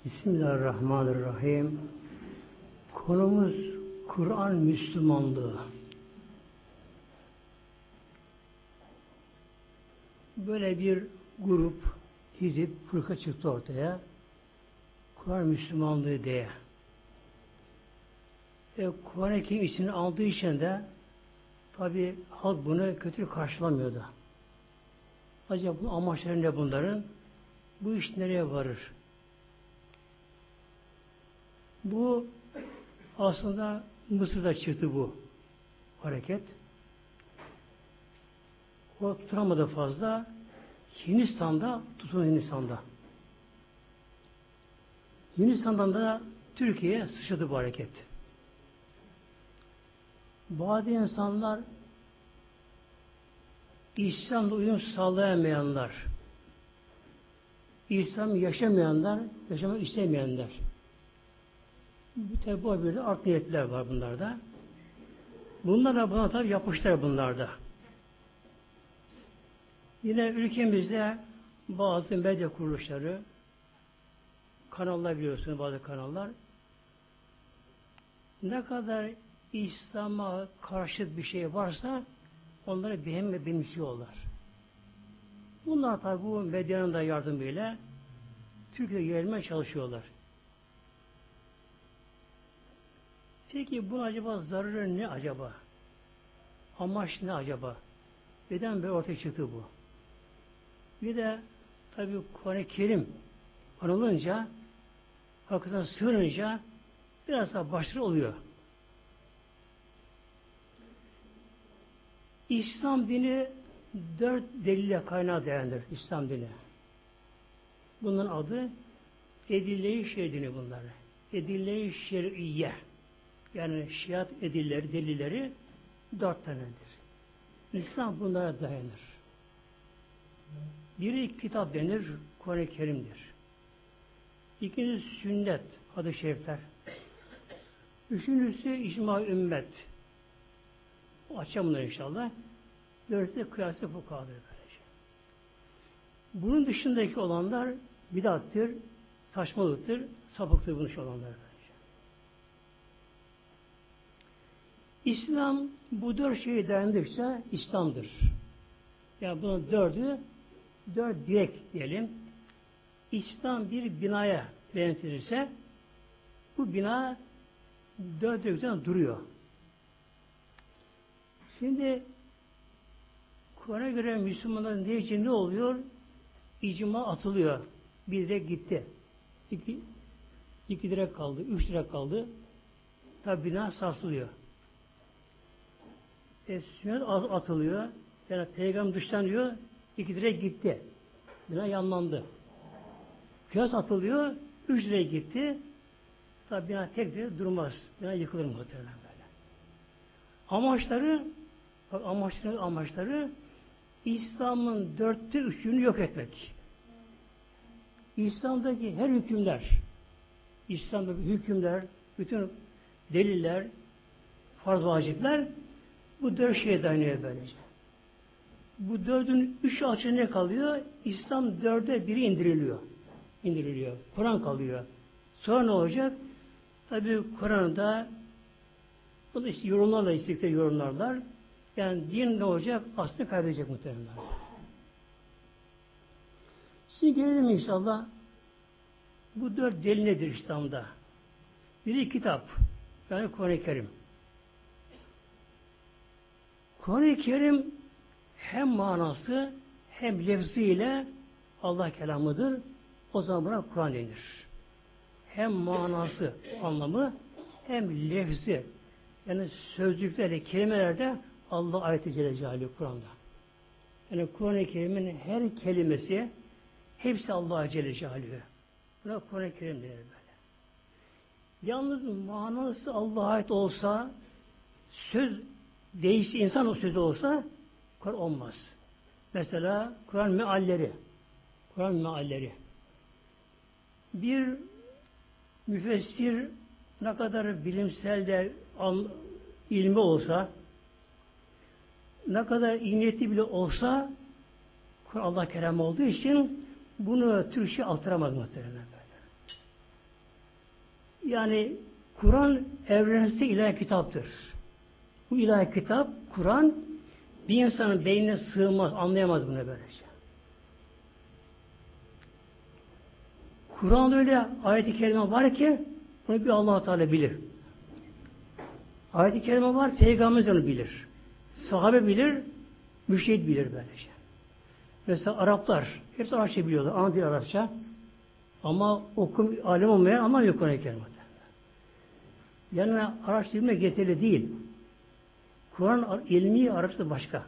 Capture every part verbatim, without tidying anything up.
Bismillahirrahmanirrahim. Konumuz Kur'an Müslümanlığı. Böyle bir grup, hizip, fırka çıktı ortaya. Kur'an Müslümanlığı diye. E, Kur'an-ı Kerim içine aldığı için de tabi halk bunu kötü karşılamıyordu. Acaba bu amaçları ne bunların? Bu iş nereye varır? Bu aslında Mısır'da çıktı bu hareket. O tutunamadı fazla. Hindistan'da tutun Hindistan'da. Hindistan'dan da Türkiye'ye sıçradı bu hareket. Bazı insanlar İslam'la uyum sağlayamayanlar, İslam yaşamayanlar, yaşamak istemeyenler. Bu tabi bu bir de art niyetler var bunlarda. Bunlar da buna tabi yapıştılar bunlarda. Yine ülkemizde bazı medya kuruluşları, kanallar biliyorsunuz bazı kanallar, ne kadar İslam'a karşı bir şey varsa onları beğen ve benimsiyorlar. Bunlar tabi bu medyanın da yardımıyla Türkiye'ye gelmeye çalışıyorlar. Peki bunun acaba zararı ne acaba? Amaç ne acaba? Neden böyle ortaya çıktı bu? Bir de tabi Kur'an-ı Kerim anılınca, hakikaten sığınınca biraz daha başarılı oluyor. İslam dini dört delille kaynağı değerlendir. İslam dini. Bunun adı edille-i şer'i dini bunları. Edille-i şer'iyye. Yani şiat edilleri, delilleri dört tanedir. İslam bunlara dayanır. Biri kitap denir, Kur'an-ı Kerim'dir. İkincisi sünnet, hadis-i şerifler. Üçüncüsü icma-i ümmet. Açacağım bunları inşallah. Dördüncüsü kıyas-ı fukahadır böylece. Bunun dışındaki olanlar bidattır, saçmalıktır, sapıktır bunun için olanlar böylece. İslam bu dört şeyi dayandıkça İslam'dır. Yani bunun dördü dört direk diyelim. İslam bir binaya benzetilirse bu bina dört direkten duruyor. Şimdi Kur'an'a göre Müslümanların ne için ne oluyor? İcma atılıyor. Bir direk gitti. İki, iki direk kaldı. Üç direk kaldı. Tabi bina sarsılıyor. E, sünnet atılıyor. Yani peygamber dışlanıyor. İki direk gitti. Bina yanlandı. Kıyas atılıyor. Üç direk gitti. Tabi bina tek direk durmaz. Bina yıkılır muhtemelen böyle. Amaçları bak amaçları amaçları İslam'ın dörtte üçünü yok etmek. İslam'daki her hükümler, İslam'daki hükümler, bütün deliller, farz vacipler bu dört şeye dayanıyor böylece. Bu dördün üç açığı ne kalıyor? İslam dörde biri indiriliyor. İndiriliyor. Kur'an kalıyor. Sonra ne olacak? Tabi Kur'an'da bunu işte yorumlarla istikte yorumlarlar. Yani din ne olacak? Aslını kaybedecek muhtemelen. Şimdi gelelim inşallah bu dört delil nedir İslam'da? Biri kitap. Yani Kur'an-ı Kerim. Kur'an-ı Kerim hem manası hem lefziyle Allah kelamıdır. O zaman buna Kur'an denir. Hem manası, anlamı hem lefzi. Yani sözcüklerde, kelimelerde Allah ayeti Celle Celaluhu Kur'an'da. Yani Kur'an-ı Kerim'in her kelimesi hepsi Allah Celle Celaluhu. Buna Kur'an-ı Kerim denir böyle. Yalnız manası Allah'a ait olsa, söz değişti insan o sözü olsa Kur'an olmaz. Mesela Kur'an mealleri. Kur'an mealleri. Bir müfessir ne kadar bilimsel de ilmi olsa, ne kadar iyi niyetli bile olsa Kur'an Allah kelamı olduğu için bunu Türkçe aktaramaz muhtemelen böyle. Yani Kur'an evrensel ilahi kitaptır. Bu ilahi kitap, Kur'an bir insanın beynine sığmaz, anlayamaz bunu böylece. Kur'an'da öyle ayet-i kerime var ki bunu bir Allah Teala bilir. Ayet-i kerime var, Peygamberimiz onu bilir. Sahabe bilir, müşehit bilir böylece. Mesela Araplar, hepsi Arapça biliyorlar, ana dil Arapça. Ama okum, alim olmayan anlamıyor Kur'an-ı Kerim'de. Yani Arapça bilmek yeterli değil. Kur'an ilmi Arapça başka.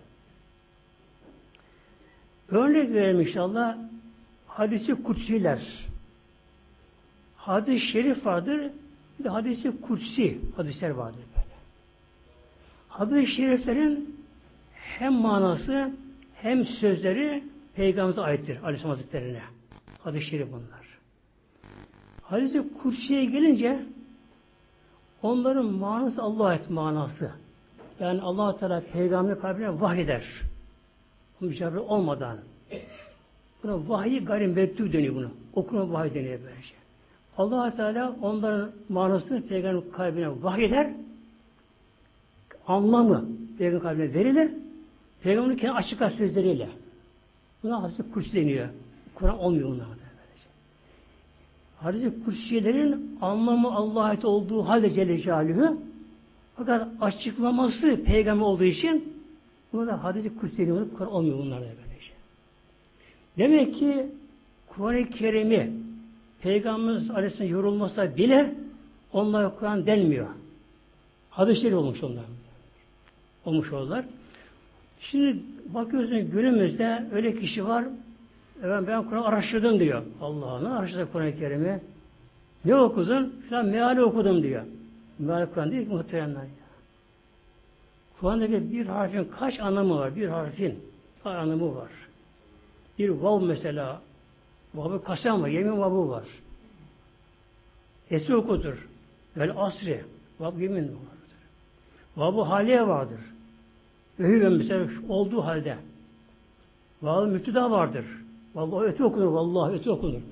Örnek verelim inşallah. Hadis-i kutsiler. Hadis-i şerif vardır. Bir de hadis-i kutsi hadisler vardır böyle. Hadis-i şeriflerin hem manası hem sözleri Peygamber'e aittir. Aleyhisselam Hazretleri'ne. Hadis-i şerif bunlar. Hadis-i kutsiye gelince onların manası Allah'a ait manası. Yani Allah Teala Peygamber kalbine vahyeder. Mücadele olmadan. Buna vahiy garim mektub deniyor bunu. Okuma vahiy deniyor böyle şey. Allah Teala onların manasını Peygamber kalbine vahyeder. Anlamı Peygamber kalbine verilir. Peygamberin kendi açık sözleriyle. Buna hadis-i kutsi deniyor. Kur'an olmuyor bunlarda. Hadis-i kutsiyelerin anlamı Allah'a ait olduğu halde Celle Celaluhu, fakat açıklaması Peygamber olduğu için buna da hadis-i kutsi deniyor. Kur'an olmuyor bunlarda böylece. Demek ki Kur'an-ı Kerim'i Peygamberimiz Aleyhisselam yorulmasa bile onlara Kur'an denmiyor. Hadisleri olmuş onlar. Olmuş oldular. Şimdi bakıyorsunuz günümüzde öyle kişi var, evet, ben Kur'an araştırdım diyor. Allah'ını araştırdı Kur'an-ı Kerim'i. Ne okudun? Falan meali okudum diyor. Meali Kur'an değil ki muhteremler. Kur'an'daki bir harfin kaç anlamı var? Bir harfin kaç anlamı var? Bir vav mesela. Vav'ı kasam var. Yemin vav'ı var. Esi okudur. Vel asri. Vav yemin vardır. Vav'ı haliye vardır. Öhü mesela olduğu halde. Vav'ı müpteda vardır. Vallahi öte okunur. Vallahi öte okunur.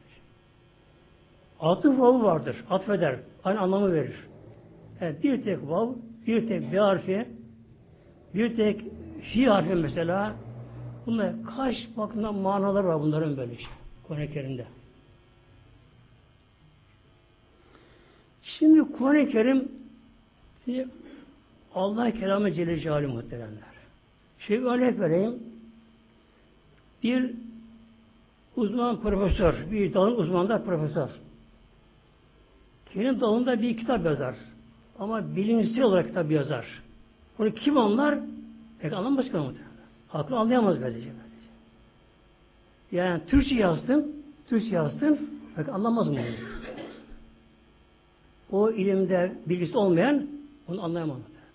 Atıf vav'ı vardır. Atfeder. Aynı anlamı verir. Yani bir tek vav, bir tek bir harfi, bir tek fi harfi mesela, bunlar kaç bakımdan manalar var bunların böyle şey. Kur'an-ı Kerim'de. Şimdi Kur'an-ı Kerim Allah kelamı Celle Celaluhu muhteremler. Şey örnek vereyim. Bir uzman profesör, bir dalın uzmanı profesör. Kendi dalında bir kitap yazar. Ama bilimsel olarak kitap yazar. Bunu kim anlar? Pek anlamaz ki muhtemelen. Halkı anlayamaz böylece. Yani Türkçe yazsın, Türkçe yazsın, pek anlamaz mı onu? O ilimde bilgisi olmayan onu anlayamaz.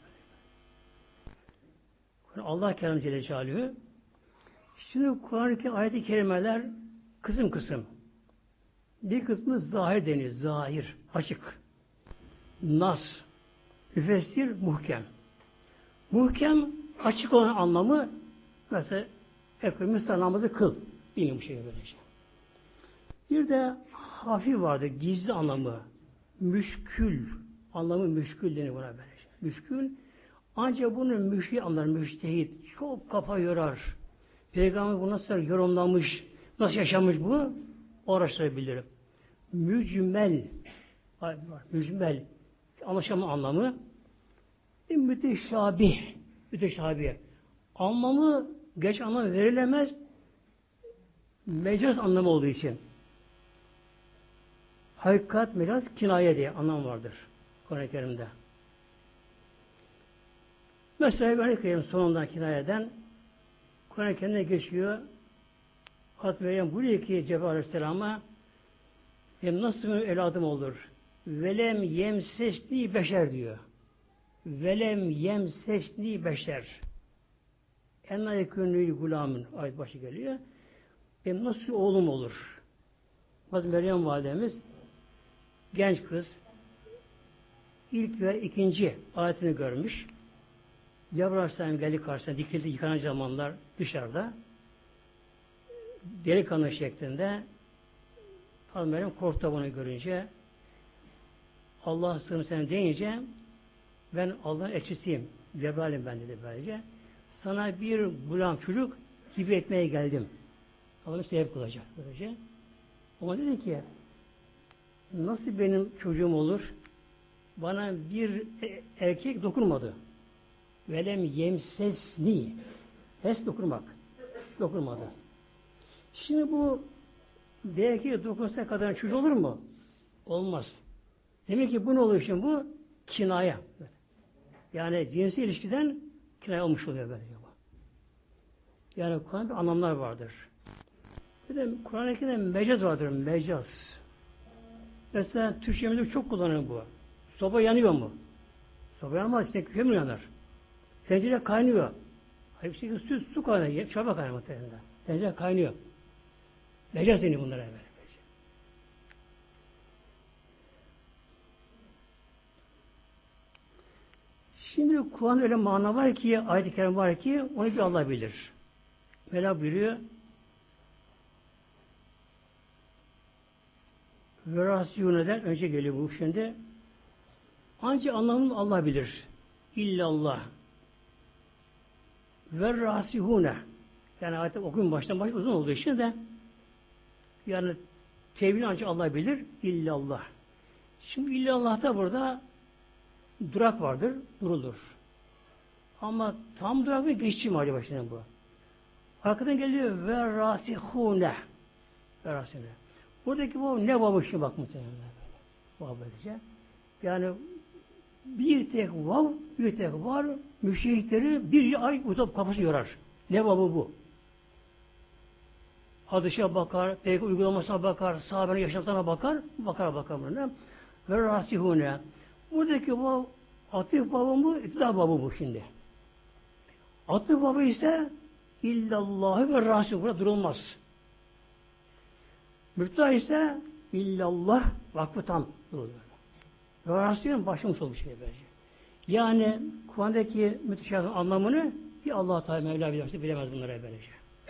Allah kelamı Celle Celaluhu. Şimdi Kur'an-ı ayet-i kerimeler kısım kısım. Bir kısmı zahir deniyor. Zahir, açık. Nas, müfessir, muhkem. Muhkem, açık olan anlamı mesela ekmeğimiz namazı kıl. Bilmiyorum şey böylece. Bir de hafif vardı. Gizli anlamı. Müşkül. Anlamı müşkül deniyor buna böylece. Müşkül. Ancak bunu müşkül anlar, müştehit. Çok kafa yorar. Peygamber bunu nasıl yorumlamış, nasıl yaşamış bu? O araştırabilirim. Mücmel. Mücmel. Anlaşılma anlamı. Müteşabih. Müteşabih. Anlamı geç anlamı verilemez. Mecaz anlamı olduğu için. Hakikat, mecaz, kinaye diye anlam vardır Kur'an-ı Kerim'de. Mesela örnek vereyim sonundan kinayeden. Kur'an-ı Kerim'de geçiyor. Hazreti Meryem buyuruyor ki Cebrail Aleyhisselam'a hem nasıl bir evladım olur? Velem yemsesni beşer diyor. Velem yemsesni beşer. Enna yekûnü gulamın ayet başı geliyor. Benim nasıl oğlum olur? Hazreti Meryem validemiz genç kız ilk ve ikinci ayetini görmüş. Cebrail Aleyhisselam geldi karşısına dikildi yıkanan zamanlar dışarıda. Delikanlı şeklinde Hazreti Meryem korktu bunu görünce. Allah'a sığınırım sen deyince ben Allah'ın elçisiyim. Cebrail'im ben dedi böylece. Sana bir gulam çocuk gibi etmeye geldim. Allah'ın sebep kılacak böylece. Ama dedi ki nasıl benim çocuğum olur? Bana bir erkek dokunmadı. Velem yemsesni. Hes dokunmak. Dokunmadı. Şimdi bu bir erkeğe dokunsa kadar çocuğu olur mu? Olmaz. Demek ki bu ne oluyor şimdi bu? Kinaya. Yani cinsi ilişkiden kinaya olmuş oluyor böyle. Yani Kur'an'da anlamlar vardır. Bir de Kur'an-ı Kerim'de mecaz vardır. Mecaz. Mesela Türkçemizde çok kullanılıyor bu. Soba yanıyor mu? Soba yanmaz. İşte kömür yanar. Tencere kaynıyor. Hepsi su, su kaynıyor. Çorba kaynıyor muhtemelen. Tencere kaynıyor. Mecaz deniyor bunlara böyle. Şimdi Kur'an öyle mana var ki, ayet-i kerim var ki onu bir Allah bilir. Mevla buyuruyor. Verasiyoneden önce geliyor bu şimdi. Ancak anlamını Allah bilir. İllallah. Verasihune. Yani ayet okuyun baştan başa uzun olduğu için de yani tevhid ancak Allah bilir. İllallah. Şimdi illallah'ta burada durak vardır. Durulur. Ama tam durak ve geçici mi acaba şimdi bu? Arkadan geliyor verasihune. Verasihune. Buradaki bu ne vav işe bak muhtemelen. Vav böylece. Yani bir tek vav, bir tek var, müşrikleri bir ay uzap kafası yorar. Ne vavı bu? Hadışa bakar, peygamber uygulamasına bakar, sahabenin yaşantısına bakar, bakar bakar buna. Ve rasihune. Buradaki vav, atıf vavı mı, iktidar vavı bu şimdi. Atıf vavı ise illallahü ve rasih. Burada durulmaz. Müftah ise illallah vakfı tam duruluyor. Ve rasihun başlamış olmuş şey böylece. Yani Kur'an'daki müteşabih anlamını bir Allah-u Teala Mevla bilemez, bilemez bunlara böylece.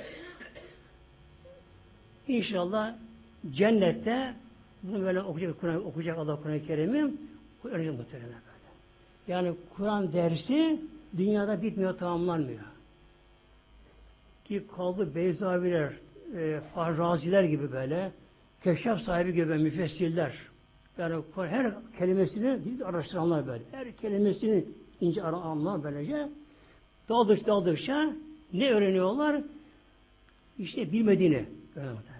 İnşallah cennette bunu böyle okuyacak, Kur'an, okuyacak Allah Kur'an-ı Kerim'i öğrenecek muhtemelen böyle. Yani Kur'an dersi dünyada bitmiyor, tamamlanmıyor. Ki kaldı Beyzaviler, e, Farraziler gibi böyle, keşaf sahibi gibi müfessirler. Yani her kelimesini araştıranlar böyle. Her kelimesini ince anlar böylece. Daldıkça daldıkça ne öğreniyorlar? İşte bilmediğini öğreniyorlar.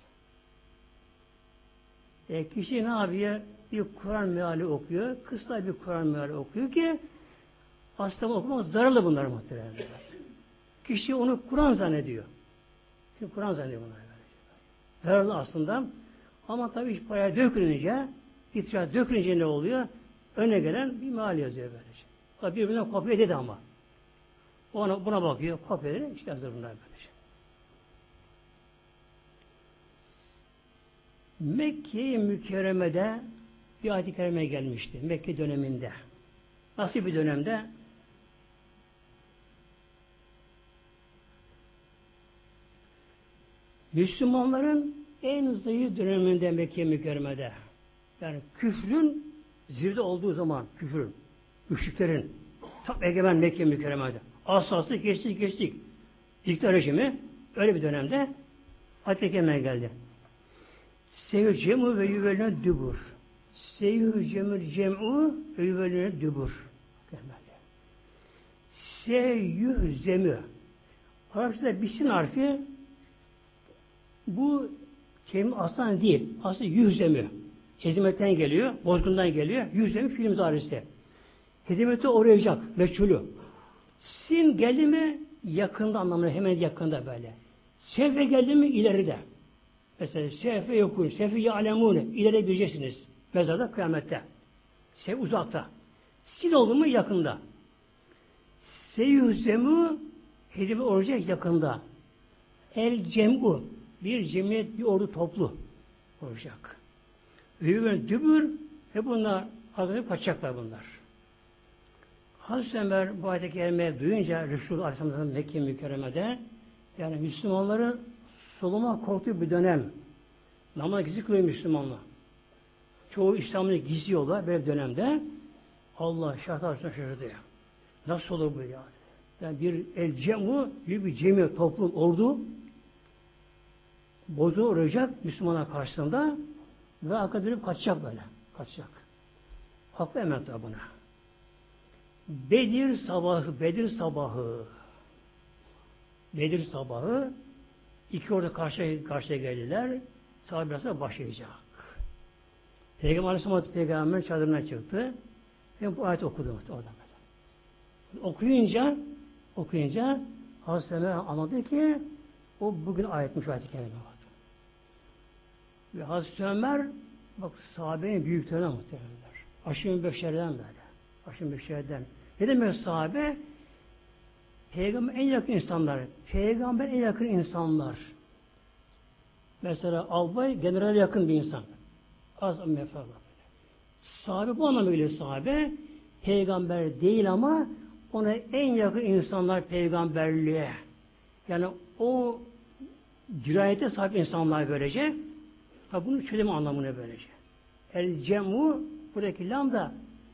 E, kişi ne yapıyor? Bir Kur'an meali okuyor. Kısa bir Kur'an meali okuyor ki aslında okumak zararlı bunlar muhtemelen. Kişi onu Kur'an zannediyor. Çünkü Kur'an zannediyor bunlar. Zararlı aslında. Ama tabii iş paraya dökülünce, itiraz dökülünce ne oluyor? Öne gelen bir meal yazıyor böylece. Tabii birbirinden kopya edildi ama. Ona, buna bakıyor, kopya edildi, işte yazıyor bunlar böylece. Mekke-i Mükerreme'de bir ayet-i kerime gelmişti. Mekke döneminde. Nasıl bir dönemde? Müslümanların en zayıf döneminde Mekke-i Mükerreme'de. Yani küfrün zirde olduğu zaman küfrün, müşriklerin tam egemen Mekke-i Mükerreme'de. Asası geçtik geçtik. İktidar rejimi öyle bir dönemde ayet-i kerime geldi. Seyyü cem'u ve yüvelüne dübur. Seyyü cem'ü cem'u ve yüvelüne dübur. Seyyü zemü. Arapçada bisin harfi bu kelime aslan değil. Aslında yüzemü. Hezimetten geliyor, bozgundan geliyor. Yüzemü film zarisi. Hezimete uğrayacak, meçhulü. Sin geldi mi yakında anlamına, hemen yakında böyle. Sefe geldi mi ileride. Mesela sefe yokun, sefe ya'lemune, ileri bileceksiniz. Mezarda, kıyamette. Sefe uzakta. Sin oldu mu yakında. Seyyüzemü hezime olacak yakında. El cem'u bir cemiyet, bir ordu toplu olacak. Büyüğün dübür ve bunlar arkadaşlar kaçacaklar bunlar. Hazreti Ömer bu ayet-i kerimeyi duyunca Resulullah Aleyhisselam'ın Mekke-i Mükerreme'de yani Müslümanların soluma korktuğu bir dönem. Namaz gizli kılıyor Müslümanlar. çoğu İslam'ı gizliyorlar böyle dönemde. Allah şartlar şaşırdı ya. Nasıl olur bu ya? Yani bir el cemu, büyük bir cemiyet, toplum, ordu bozu uğrayacak Müslümanlar karşısında ve arka dönüp kaçacak böyle. Kaçacak. Haklı hemen tabi buna. Bedir sabahı, Bedir sabahı Bedir sabahı iki orada karşıya, karşıya geldiler. Sahabe başlayacak. Peygamber Aleyhisselam Peygamber çadırına çıktı. Ben bu ayet okudum orada böyle. Okuyunca okuyunca Hazreti Ömer anladı ki o bugün ayetmiş ayet-i kerime vardı. Ve Hazreti Ömer bak sahabenin büyüklerine muhtemelenler. Aşırı beşerden böyle. Aşırı beşerden. Ne demek sahabe? Peygamber en yakın insanlar. Peygamber en yakın insanlar. Mesela albay generale yakın bir insan. Az mefala. Sahabe bu anlamıyla sahabe peygamber değil ama ona en yakın insanlar peygamberliğe. Yani o dirayete sahip insanlar böylece. Tabi bunun çözüm anlamına böylece. El cemu buradaki lam da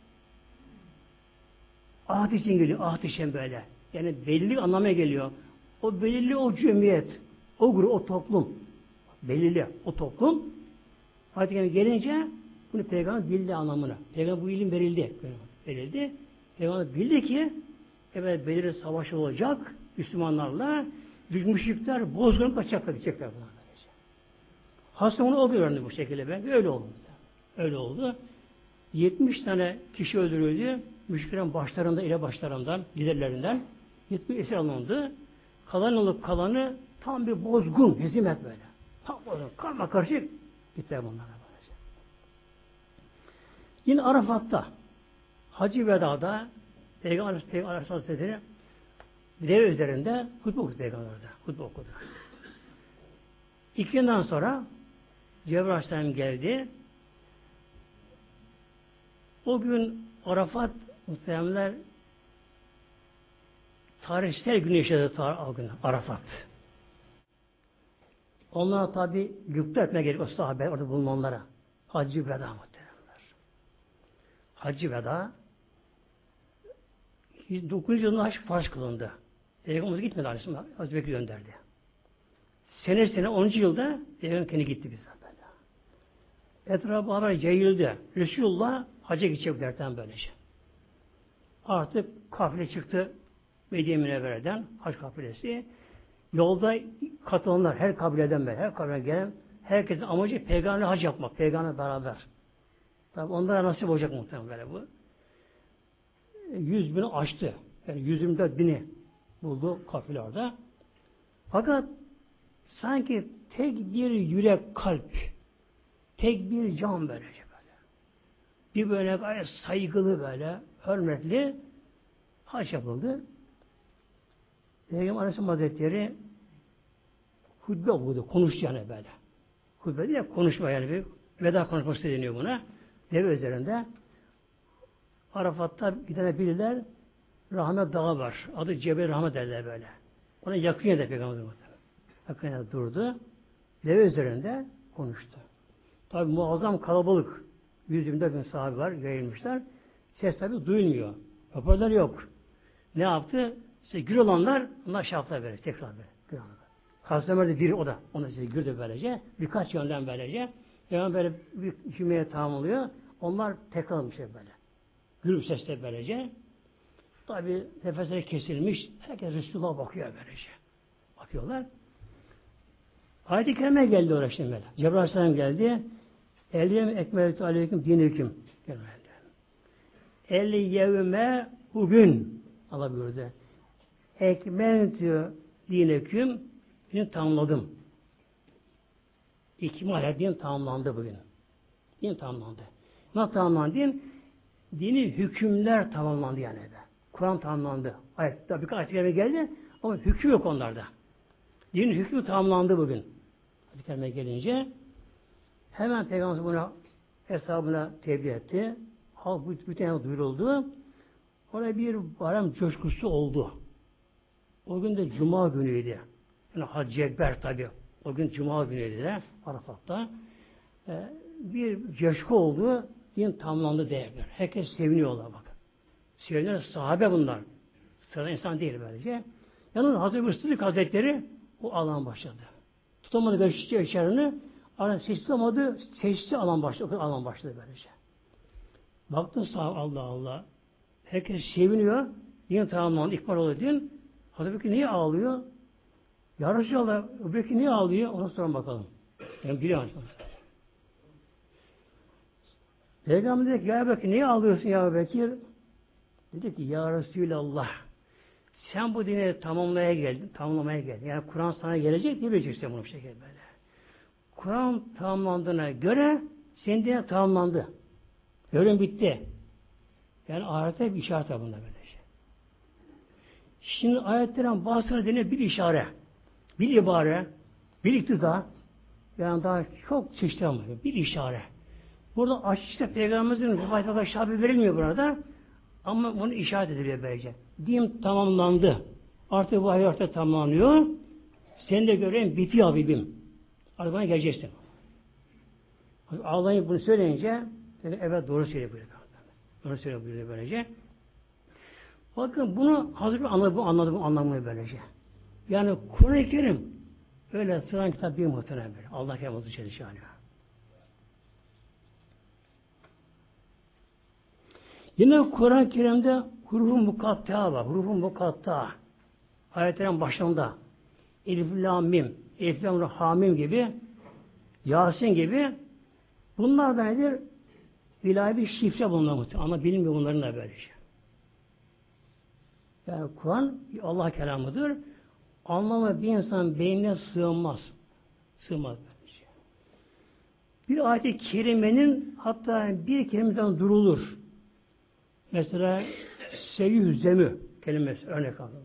ahd için geliyor. Ahd için böyle. Yani belirli anlamına geliyor. O belirli o cemiyet, o grup, o toplum. Belirli o toplum. Ayet-i gelince bunu peygamber bildi anlamına. Peygamber bu ilim verildi. Verildi. Peygamber bildi ki evet belirli savaş olacak Müslümanlarla müşrikler bozgunun kaçacaklar gidecekler buna. Hasan onu o öğrendi bu şekilde ben. Öyle oldu. Öyle oldu. yetmiş tane kişi öldürüldü. Müşriklerin başlarında ile başlarından, liderlerinden yetmiş esir alındı. Kalan olup kalanı tam bir bozgun, hezimet böyle. Tam bozgun, karma karışık gittiler bunlara böylece. Yine Arafat'ta Hacı Veda'da Peygamber Peygamber Hazretleri deve üzerinde hutbe okudu Peygamber'de. Hutbe okudu. İki yıldan sonra Cebrail Aleyhisselam geldi. O gün Arafat muhtemelenler tarihsel gün yaşadı o gün Arafat. Onlara tabi gıpta etmeye gerek o sahabe orada bulunanlara. Hacı Veda muhtemelenler. Hacı Veda dokuzuncu yılında haç farz kılındı. Peygamberimiz gitmedi Aleyhisselam. Hazreti Bekir gönderdi. Sene sene onuncu yılda Peygamber kendi gitti bizden böyle. Etrafı haber yayıldı. Resulullah hacca gidecek derken böylece. Artık kafile çıktı Medine Münevvere'den hac kafilesi. Yolda katılanlar her kabileden beri, her kabileden gelen herkesin amacı peygamberle hac yapmak. Peygamberle beraber. Tabi onlara nasip olacak muhtemelen böyle bu. Yüz bini aştı. Yani yüz yirmi dört bini buldu kafile orada. Fakat sanki tek bir yürek kalp, tek bir can böylece böyle. Bir böyle gayet saygılı böyle, hürmetli hac yapıldı. Peygamber Aleyhisselam Hazretleri hutbe okudu, konuştu yani böyle. Hutbe değil ya, konuşma yani bir veda konuşması deniyor buna. Deve üzerinde. Arafat'ta bir tane bilirler, Rahmet Dağı var. Adı Cebel Rahmet derler böyle. Ona yakın yerde Peygamber yakın yerde durdu. Deve üzerinde konuştu. Tabi muazzam kalabalık. yüz yirmi dört bin sahabe var, yayılmışlar. Ses tabi duyulmuyor. Hoparlör yok. Ne yaptı? İşte gür olanlar, onlar şaflar verir. Tekrar verir. Hazreti Ömer de bir o da. Ona size gürdü böylece. Birkaç yönden böylece. Yani böyle bir cümleye tamamlıyor. Onlar tekrar bir şey böyle. Gür sesle böylece. Tabi nefesleri kesilmiş. Herkes Resulullah'a bakıyor böylece. Bakıyorlar. Ayet-i Kerime geldi oraya şimdi böyle. Cebrail Aleyhisselam geldi. Elliyem ekmeltü aleyküm dinüküm. Elli yevme bugün Allah buyurdu. Ekmeltü dinüküm din tamamladım. İkmal din tamamlandı bugün. Din tamamlandı. Nasıl tamamlandı din? Dini hükümler tamamlandı yani. Kur'an tamamlandı. Ayet, tabi birkaç ayet geldi ama hüküm yok onlarda. Dinin hükmü tamamlandı bugün. Ayet-i Kerime gelince hemen Peygamber buna hesabına tebliğ etti. Halk bütün duyuruldu. Orada bir bayram coşkusu oldu. O gün de Cuma günüydü. Yani Hac-ı Ekber tabi. O gün Cuma günüydü de Arafat'ta. Ee, bir coşku oldu. Din tamamlandı derler. Herkes seviniyorlar bak. Sevinenler sahabe bunlar. Sıradan insan değil böylece. Yalnız Hazreti Mıstık Hazretleri o alan başladı. Tutamadı Beşikçi eşerini. Ara sessiz tutamadı. Sessiz alan başladı. Alan başladı böylece. Baktın sağ Allah Allah. Herkes seviniyor. Din tamamlandı. İkbal oldu din. Hazreti Bekir niye ağlıyor? Ya Resulallah, Bekir niye ağlıyor? Ona sorun bakalım. Ben biliyorum. Peygamber dedi ki, ya Bekir niye ağlıyorsun ya Bekir? Dedi ki, ya Resulallah, sen bu dini tamamlamaya geldin, tamamlamaya geldin. Yani Kur'an sana gelecek, ne bileceksin bunu bir şekilde böyle. Kur'an tamamlandığına göre senin dinin tamamlandı. Görün bitti. Yani ayette bir işaret var bunda böyle şey. Şimdi ayetlerin bazıları deniyor bir işaret, bir ibare, bir iktida, yani daha çok çeşitli ama bir işaret. Burada açıkça Peygamberimizin rivayetine şabi verilmiyor burada. Ama bunu işaret ediliyor böylece. Din tamamlandı. Artık bu hayatta tamamlanıyor. Seni de göreyim bitiyor Habibim. Artık bana geleceksin. Allah'ın bunu söyleyince dedi, evet doğru söylüyor böyle. Doğru söylüyor böyle böylece. Bakın bunu Hazreti anladı, bu anladı, bu anlamını böylece. Yani Kur'an-ı Kerim öyle sıran kitap değil muhtemelen böyle. Allah kerimazı çalışıyor. Yine Kur'an-ı Kerim'de huruf-u mukatta var. Huruf-u mukatta. Ayetlerin başında Elif, Lam, Mim, Elif, Lam, Hamim gibi, Yasin gibi bunlar da nedir? İlahi bir şifre bunlar. Ama bilmiyor bunların da böyle şey. Yani Kur'an Allah kelamıdır. Anlamı bir insan beynine sığmaz. Sığmaz böyle şey. Bir ayet-i kerimenin hatta bir kelimeden durulur. Mesela seyyüzemü kelimesi örnek alalım.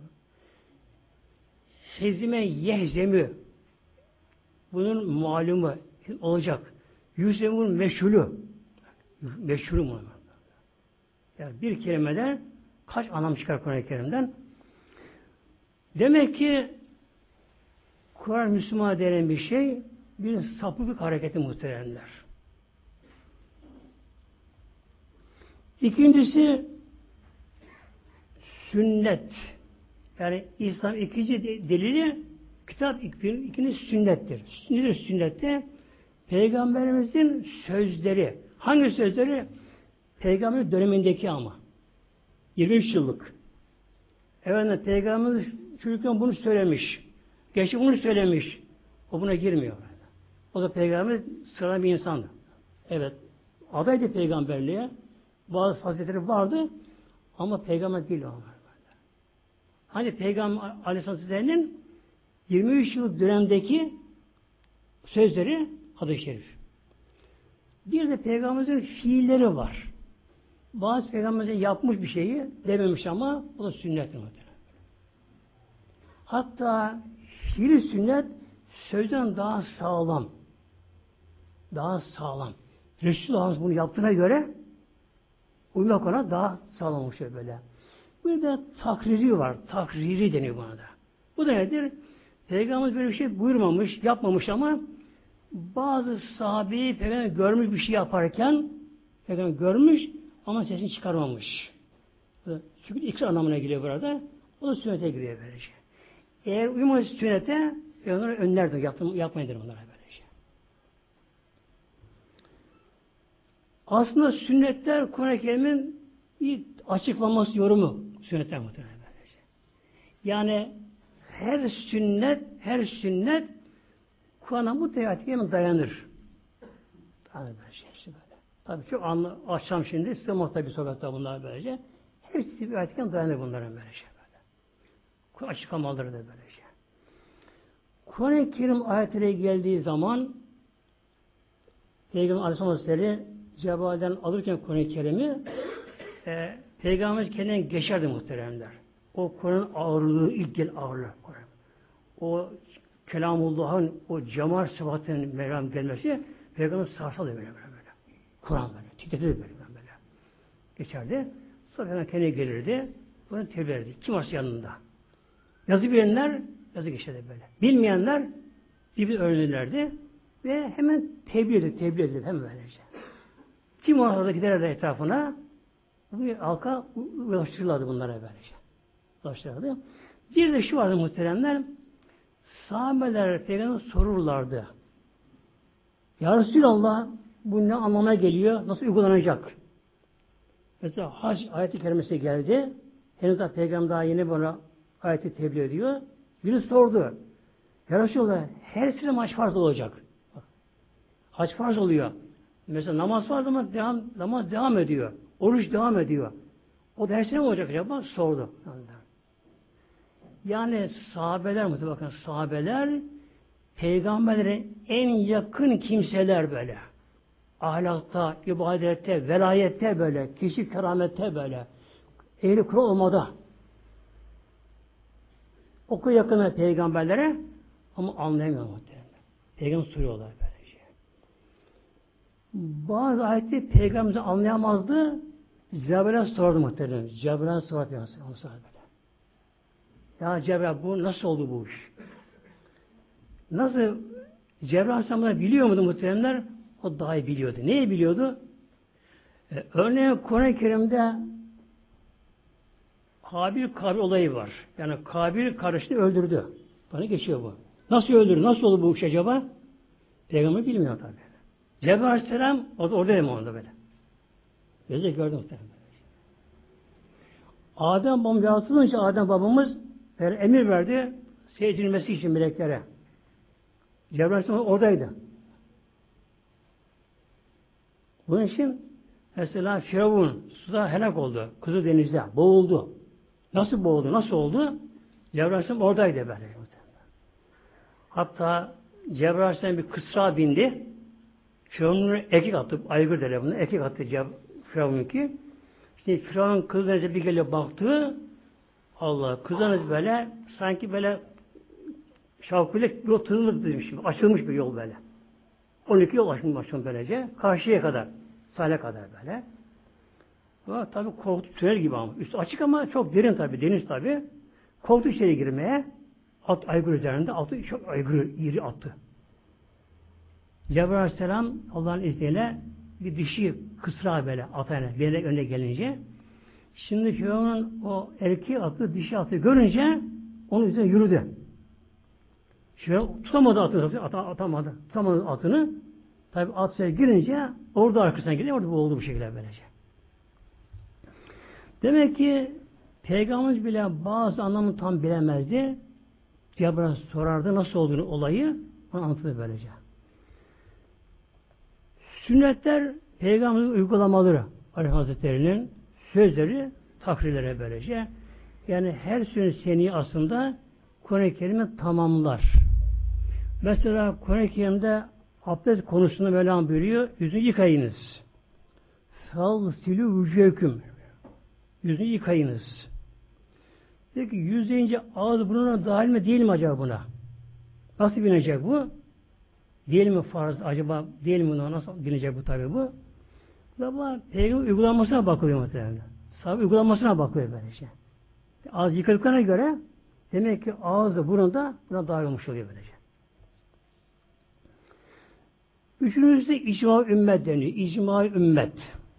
Hezime yehzemü bunun malumu olacak. Yüzemün meşhulü meşhulü mu? Yani bir kelimeden kaç anlam çıkar Kur'an-ı Kerim'den? Demek ki Kur'an Müslüman denen bir şey bir sapıklık hareketi muhteremler. İkincisi sünnet. Yani İslam ikinci delili kitap ikincisi sünnettir. Nedir sünnette? Peygamberimizin sözleri. Hangi sözleri? Peygamber dönemindeki ama. yirmi üç yıllık. Efendim Peygamberimiz çocukken bunu söylemiş. Geçti bunu söylemiş. O buna girmiyor. O da Peygamber sıradan bir insandı. Evet. Adaydı peygamberliğe. Bazı faziletleri vardı ama peygamber değil o. Hani Peygamber Aleyhisselam'ın yirmi üç yıl dönemdeki sözleri hadis-i şerif. Bir de Peygamberimizin fiilleri var. Bazı Peygamberimizin yapmış bir şeyi dememiş ama o da sünnet. Hatta fiil sünnet sözden daha sağlam. Daha sağlam. Resulullah bunu yaptığına göre uymak ona daha sağlam olmuş böyle. Bir de takriri var. Takriri deniyor buna da. Bu da nedir? Peygamber böyle bir şey buyurmamış, yapmamış ama bazı sahabeyi Peygamber görmüş bir şey yaparken Peygamber görmüş ama sesini çıkarmamış. Çünkü iki anlamına geliyor burada. O da sünnete giriyor böylece. Eğer uymamış sünnete onları önlerdir. Yapmayındır bunlara böylece. Aslında sünnetler Kur'an-ı Kerim'in bir açıklaması, yorumu sünnetten muhtemelen böylece. Yani her sünnet, her sünnet Kur'an'a mutlaka dayanır. Dayanır böylece. Tabii çok anlı, açacağım şimdi. Sığmaz tabii sokakta bunlar böylece. Hepsi bir ayetken dayanır bunlara böylece. Böyle. Açıklamaları da böylece. Kur'an-ı Kerim ayetleri geldiği zaman Peygamber Aleyhisselam Hazretleri Cebrail'den alırken Kur'an-ı Kerim'i e, Peygamber kendinden geçerdi muhteremler. O Kur'an'ın ağırlığı, ilk gel ağırlığı. O Kelamullah'ın o cemal sıfatının meram gelmesi Peygamber sarsalı böyle böyle böyle. Kur'an böyle. Titretirdi böyle böyle. Geçerdi. Sonra kendine gelirdi. Bunu tevbe ederdi. Kim varsa yanında. Yazı bilenler yazı geçerdi böyle. Bilmeyenler gibi öğrenirlerdi. Ve hemen tebliğ edilir, tebliğ edilir hemen böylece. Kim orada gider etrafına bu halka ulaştırırlardı bunlara böylece. Ulaştırırlardı. Bir de şu vardı muhteremler, sahabeler Peygamber'e sorurlardı. Ya Resulallah bu ne anlamına geliyor? Nasıl uygulanacak? Mesela hac ayeti kerimesi geldi. Henüz daha Peygamber daha yeni bana ayeti tebliğ ediyor. Biri sordu. Ya Resulallah her sene hac farz olacak. Hac farz oluyor. Mesela namaz farz ama devam, namaz devam ediyor. Oruç devam ediyor. O da her sene mi olacak acaba? Sordu. Yani sahabeler mi? Bakın sahabeler peygamberlere en yakın kimseler böyle. Ahlakta, ibadette, velayette böyle, kişi keramette böyle. Ehli kural olmada. Oku yakın peygamberlere ama anlayamıyor muhtemelen. Peygamber soruyorlar böyle şey. Bazı ayeti peygamberimizi anlayamazdı. Cebrail'e sordu muhtemelen. Cebrail'e sordu böyle. Ya Cebrail bu nasıl oldu bu iş? Nasıl? Cebrail Aleyhisselam'da biliyor muydu muhteremler? O daha iyi biliyordu. Neyi biliyordu? Ee, örneğin Kur'an-ı Kerim'de Kabil Kabil olayı var. Yani Kabil kardeşini öldürdü. Bana geçiyor bu. Nasıl öldürdü? Nasıl oldu bu iş acaba? Peygamber bilmiyor tabi. Cebrail Aleyhisselam o da oradaydı mı onda böyle? Gözle gördü muhtemelen. Adem babamız yaratılınca Adem babamız emir verdi seyredilmesi için meleklere. Cebrail Aleyhisselam oradaydı. Bunun için mesela Firavun suda helak oldu. Kızıl Deniz'de boğuldu. Nasıl boğuldu? Nasıl oldu? Cebrail Aleyhisselam oradaydı böyle. Hatta Cebrail Aleyhisselam bir kısra bindi. Firavun'un ekik attı. Aygır derler bunu. Ekik attı Firavun'unki. Şimdi Firavun Kızıl Deniz'e bir geliyor baktı. Allah Kızıl böyle sanki böyle şavkıyla yol tırılıp şimdi. Açılmış bir yol böyle. on iki yol açılmış başım böylece. Karşıya kadar. Sahile kadar böyle. Ama tabi korktu tünel gibi ama. Üstü açık ama çok derin tabi. Deniz tabi. Korktu içeri girmeye. At aygır üzerinde. Atı çok aygır iri attı. Cebrail Aleyhisselam Allah'ın izniyle bir dişi kısra böyle atayla bir yere önüne gelince şimdi Firavun'un o erkeği atı dişi atı görünce onun üzerine yürüdü. Firavun tutamadı atını, at, atamadı. Tutamadı atını. Tabi at suya girince orada arkasına gidiyor. Orada boğuldu bu şekilde böylece. Demek ki Peygamberimiz bile bazı anlamını tam bilemezdi. Cebrail sorardı nasıl olduğunu olayı onu anlatırdı böylece. Sünnetler Peygamberin uygulamaları Aleyhisselam Hazretleri'nin sözleri takrirlere böylece. Yani her sünnet seni aslında Kur'an-ı Kerim'i tamamlar. Mesela Kur'an-ı Kerim'de abdest konusunda Mevlam buyuruyor. Yüzünü yıkayınız. Fal silü vücehüküm. Yüzünü yıkayınız. Peki yüz deyince ağız burnuna dahil mi değil mi acaba buna? Nasıl bilinecek bu? Değil mi farz acaba? Değil mi buna? Nasıl bilinecek bu tabi bu? Ama Peygamber uygulanmasına bakılıyor muhtemelen. Sahabe uygulanmasına bakıyor böylece. Ağız yıkadıklarına göre demek ki ağızda burunda buna dahil olmuş oluyor böylece. Üçüncüsü de icma ümmet deniyor. İcma ümmet.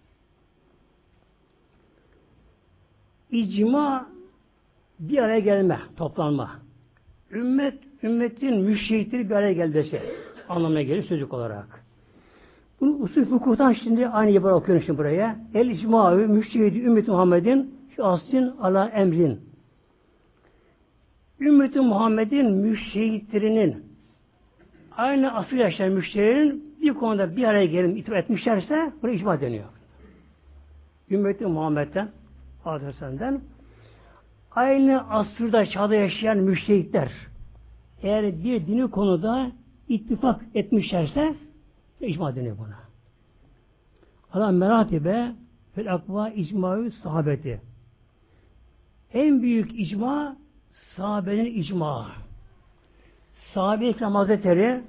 İcma bir araya gelme, toplanma. Ümmet, ümmetin müşrikleri bir araya gelmesi anlamına gelir sözlük olarak. Bunu usul hukuktan şimdi aynı ibare okuyorum şimdi buraya. El icma-ı müşrikî ümmeti Muhammed'in şu aslin ala emrin. Ümmeti Muhammed'in müşriklerinin aynı asıl yaşayan müşterilerin bir konuda bir araya gelip itibar etmişlerse buna icma deniyor. Ümmeti Muhammed'den Aleyhisselam'dan aynı asırda çağda yaşayan müşrikler eğer bir dini konuda ittifak etmişlerse icma deniyor buna. Allah meratibe fel akva icma-ı sahabeti. En büyük icma sahabenin icma. Sahabe-i İkram Hazretleri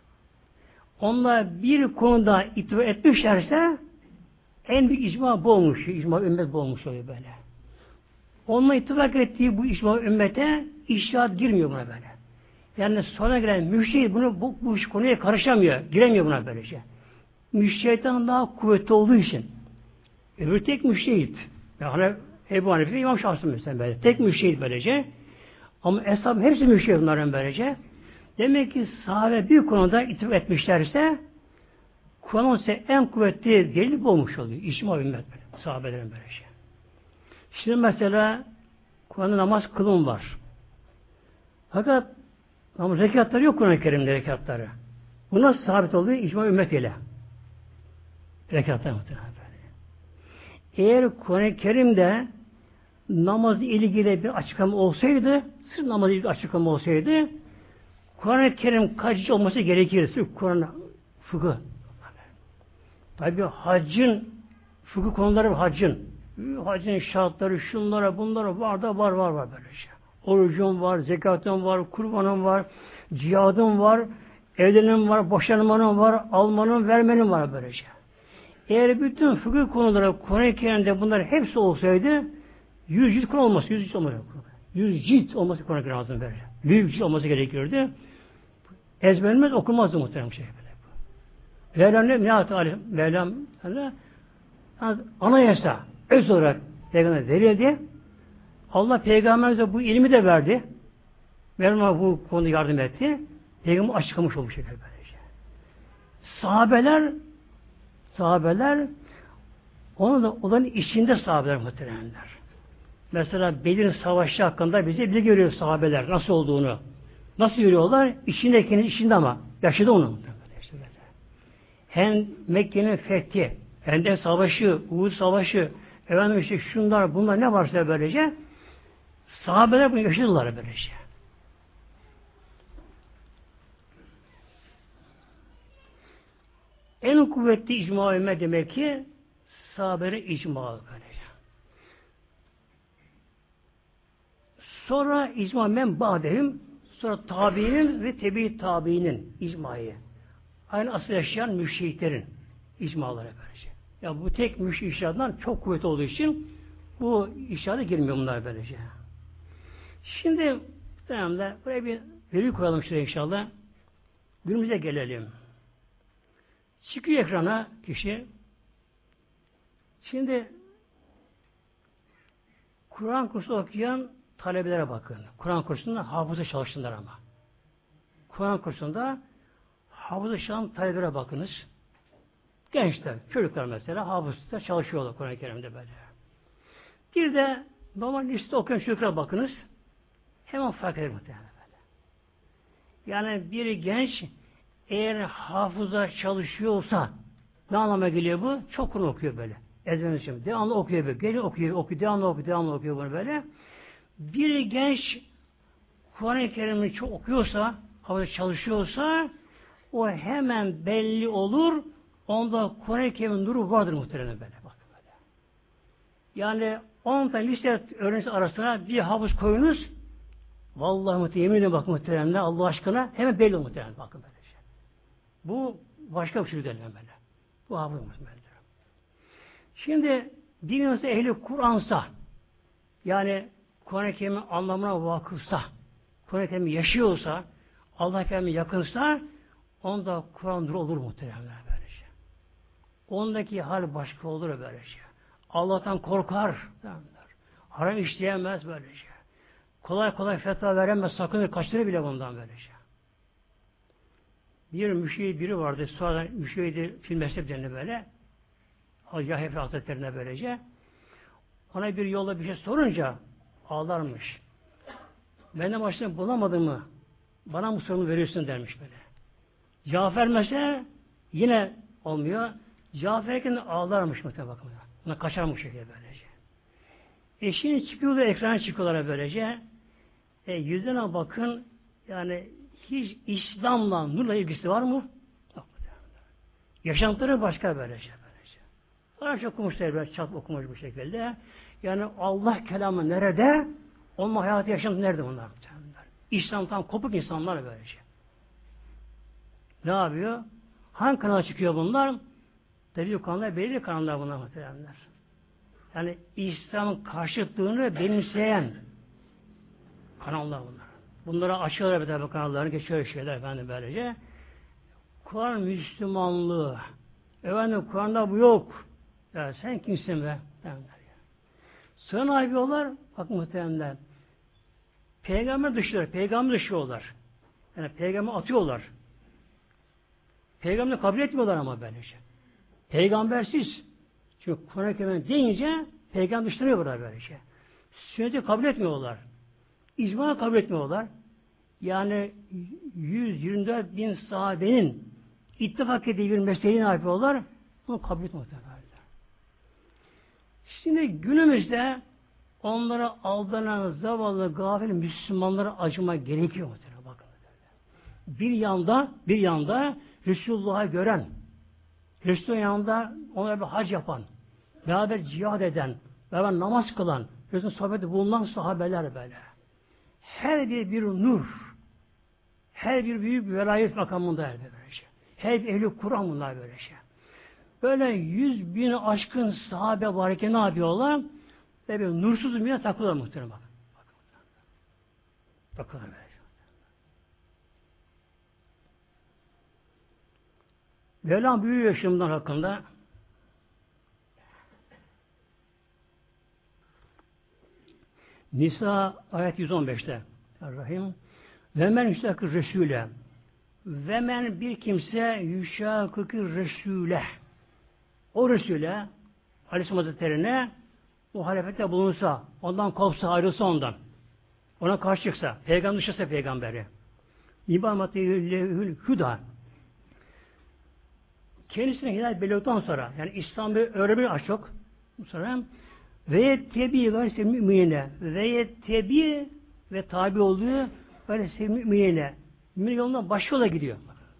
onlar bir konuda ittifak etmişlerse en büyük icma bu olmuş. İcma ümmet bu olmuş oluyor böyle. Onunla ittifak ettiği bu icma ümmete iştihat girmiyor buna böyle. Yani sonra gelen müştehit bunu bu, bu konuya karışamıyor. Giremiyor buna böylece. Müştehitten daha kuvvetli olduğu için. Öbür tek müştehit. Yani Ebu Hanife, İmam Şafii mesela böyle. Tek müştehit böylece. Ama eshab hepsi müştehit bunların böylece. Demek ki sahabe bir konuda ittifak etmişlerse Kur'an'ın ise en kuvvetli delil bu olmuş oluyor. İcma ümmet böyle. Sahabelerin böylece. Şimdi mesela Kur'an'da namaz kılım var. Fakat ama rekatları yok Kur'an-ı Kerim'de rekatları. Bu nasıl sabit oluyor? İcma ümmet ile. Rekatlar muhtemelen böyle. Eğer Kur'an-ı Kerim'de namazla ilgili bir açıklama olsaydı, sırf namazla ilgili açıklama olsaydı, Kur'an-ı Kerim kaçıcı olması gerekir. Sırf Kur'an fıkıh. Tabi haccın fıkıh konuları var, haccın. Haccın şartları, şunlara, bunlara var da var var var böyle şey. Orucun var, zekatın var, kurbanın var, cihadın var, evlenin var, boşanmanın var, almanın, vermenin var böyle şey. Eğer bütün fıkıh konuları Kur'an-ı Kerim'de bunlar hepsi olsaydı yüz cilt Kur'an olması, yüz cilt olması. Yüz cilt olması Kur'an-ı Kerim lazım böyle. Büyük cilt olması gerekiyordu. Ezberlemez okunmazdı muhtemelen şey böyle. Mevlam ne? Ne yaptı Ali? Mevlam anayasa öz olarak Peygamber verildi. Allah Peygamberimize bu ilmi de verdi. Mevlam bu konuda yardım etti. Peygamber açıklamış olmuş şekilde böylece. Sahabeler sahabeler onu da olanın içinde sahabeler muhtemelenler. Mesela Bedir Savaşı hakkında bize bilgi görüyor sahabeler nasıl olduğunu. Nasıl görüyorlar? İçindekinin içinde ama. Yaşadı onu. Hem Mekke'nin fethi, hem de savaşı, Uhud Savaşı, efendim işte şunlar, bunlar ne varsa böylece sahabeler bunu yaşadılar böylece. En kuvvetli icma ümmet demek ki sahabelerin icma böylece. Sonra icma men ba'dehim, sonra tabiinin ve tebi tabiinin icmayı. Aynı asıl yaşayan müşriklerin icmaları böylece. Ya bu tek müşrik işaretler çok kuvvetli olduğu için bu işarete girmiyor bunlar böylece. Şimdi tamamda buraya bir veri koyalım şuraya inşallah. Günümüze gelelim. Çıkıyor ekrana kişi. Şimdi Kur'an kursu okuyan talebelere bakın. Kur'an kursunda hafıza çalışsınlar ama. Kur'an kursunda hafıza çalışan talebelere bakınız. Gençler, çocuklar mesela hafızda çalışıyorlar Kur'an-ı Kerim'de böyle. Bir de normal liste okuyan çocuklara bakınız. Hemen fark eder muhtemelen böyle. Yani bir genç eğer hafıza çalışıyorsa ne anlama geliyor bu? Çok Kur'an okuyor böyle. Ezberiniz için. Devamlı okuyor böyle. Geliyor okuyor, okuyor, devamlı okuyor, devamlı okuyor bunu böyle. Bir genç Kur'an-ı Kerim'i çok okuyorsa, hafıza çalışıyorsa o hemen belli olur. Onda Kur'an-ı Kerim'in nuru vardır muhtemelen böyle. Bak böyle. Yani on tane liste öğrencisi arasına bir hafız koyunuz. Vallahi muhtemelen yemin ederim bak muhtemelen Allah aşkına hemen belli olur muhtemelen bakın böyle şey. Bu başka bir şey değil böyle. Bu hafız muhtemelen. Şimdi dinimizde ehli Kur'ansa yani Kur'an-ı Kerim'in anlamına vakıfsa Kur'an-ı Kerim'i yaşıyorsa Allah-u Kerim'e yakınsa onda Kur'an nuru olur muhtemelen böyle şey. Ondaki hal başka olur böyle şey. Allah'tan korkar. Haram işleyemez böyle şey. Kolay kolay fetva veremez, sakınır, kaçırır bile bundan böyle şey. Bir müşehit biri vardı, sonra müşehidi fil mezheplerine böyle, Hacı Hefe Hazretlerine böylece, ona bir yolda bir şey sorunca ağlarmış. Ben de başını bulamadım mı? Bana mı sorunu veriyorsun dermiş böyle. Cevap vermese yine olmuyor. Cevap verirken ağlarmış muhtemelen bakımda. Buna kaçarmış şekilde böylece. E şimdi çıkıyorlar, ekrana çıkıyorlar böylece. E yüzüne bakın, yani hiç İslam'la, nurla ilgisi var mı? Yok. Yaşantıları başka böylece. böylece. Arapça okumuşlar, böyle çat okumuş bu şekilde. Yani Allah kelamı nerede? Onun hayatı yaşantı nerede bunlar? İslam'dan kopuk insanlar böylece. Ne yapıyor? Hangi kanala çıkıyor bunlar? Tabii kanallar, belirli kanallar bunlar muhtemelenler. Yani İslam'ın karşıtlığını benimseyen kanallar bunlar. Bunlara açıyorlar bir tabi kanallarını, geçiyor şeyler efendim böylece. Kur'an Müslümanlığı. Efendim Kur'an'da bu yok. Ya sen kimsin be? Sonra ne yapıyorlar? Bak muhteremler. Peygamber dışlıyor. Peygamber dışlıyorlar. Yani peygamber atıyorlar. Peygamber kabul etmiyorlar ama böylece. Peygambersiz. Çünkü Kur'an-ı Kerim deyince peygamber dışlanıyor burada böylece. Sünneti kabul etmiyorlar. İcma kabul etmiyorlar. Yani yüz yirmi dört bin sahabenin ittifak ettiği bir meseleyi ne yapıyorlar? Bunu kabul etmiyorlar. Şimdi günümüzde onlara aldanan zavallı gafil Müslümanlara acıma gerekiyor. Bakın. Bir yanda bir yanda Resulullah'ı gören, Resulullah'ın yanında onlara bir hac yapan, beraber cihad eden, beraber namaz kılan, Resulullah'ın sohbeti bulunan sahabeler böyle. Her bir bir nur, her bir büyük bir velayet makamında böylece. Her bir ehli Kur'an bunlar böylece. Böyle yüz bin aşkın sahabe varken ne yapıyorlar? Ve bir nursuz bir yere takılıyorlar muhtemelen bakın. Takılıyorlar böyle. Mevlam buyuruyor yaşamından hakkında. Nisa ayet yüz on beşte. Rahim. Ve men yüşakı Resul'e. Ve men bir kimse yüşakı Resul'e. O Resul'e Aleyhisselam Hazretleri'ne muhalefette bulunsa, ondan kopsa, ayrılsa ondan. Ona karşı çıksa, peygamber dışarsa peygamberi. İbamatihül hüda. Kendisine hidayet belirledikten sonra, yani İslam'ı öğrenmeyi az çok sonra ve yettebi gayse müminine ve yettebi ve tabi oluyor gayse müminine. Mümin yolundan başka yola gidiyor.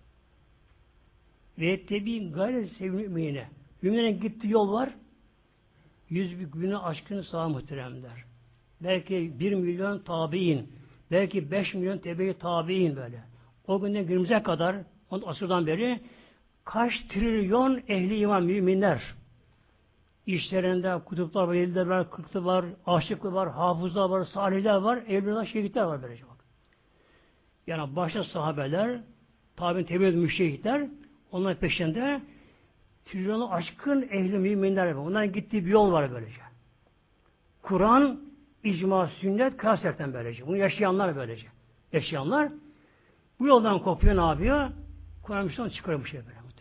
Ve yettebi gayse müminine. Müminlerin gittiği yol var. Yüz bir günü aşkını sağ muhteremler. Belki bir milyon tabi'in, belki beş milyon tebe-i tabi'in böyle. O günden günümüze kadar, on asırdan beri kaç trilyon ehli iman müminler. İşlerinde kutuplar var, yediler var, kırklı var, aşıklı var, hafızlar var, salihler var, evliler, şehitler var böylece bak. Yani başta sahabeler, tabi'in tebe-i müştehitler, onların peşinde trilyonu aşkın ehli müminler var. Onların gittiği bir yol var böylece. Kur'an, icma, sünnet, kıyasetten böylece. Bunu yaşayanlar böylece. Yaşayanlar bu yoldan kopuyor, ne yapıyor? Kur'an Müslüman çıkarmış böyle muhtemelenler.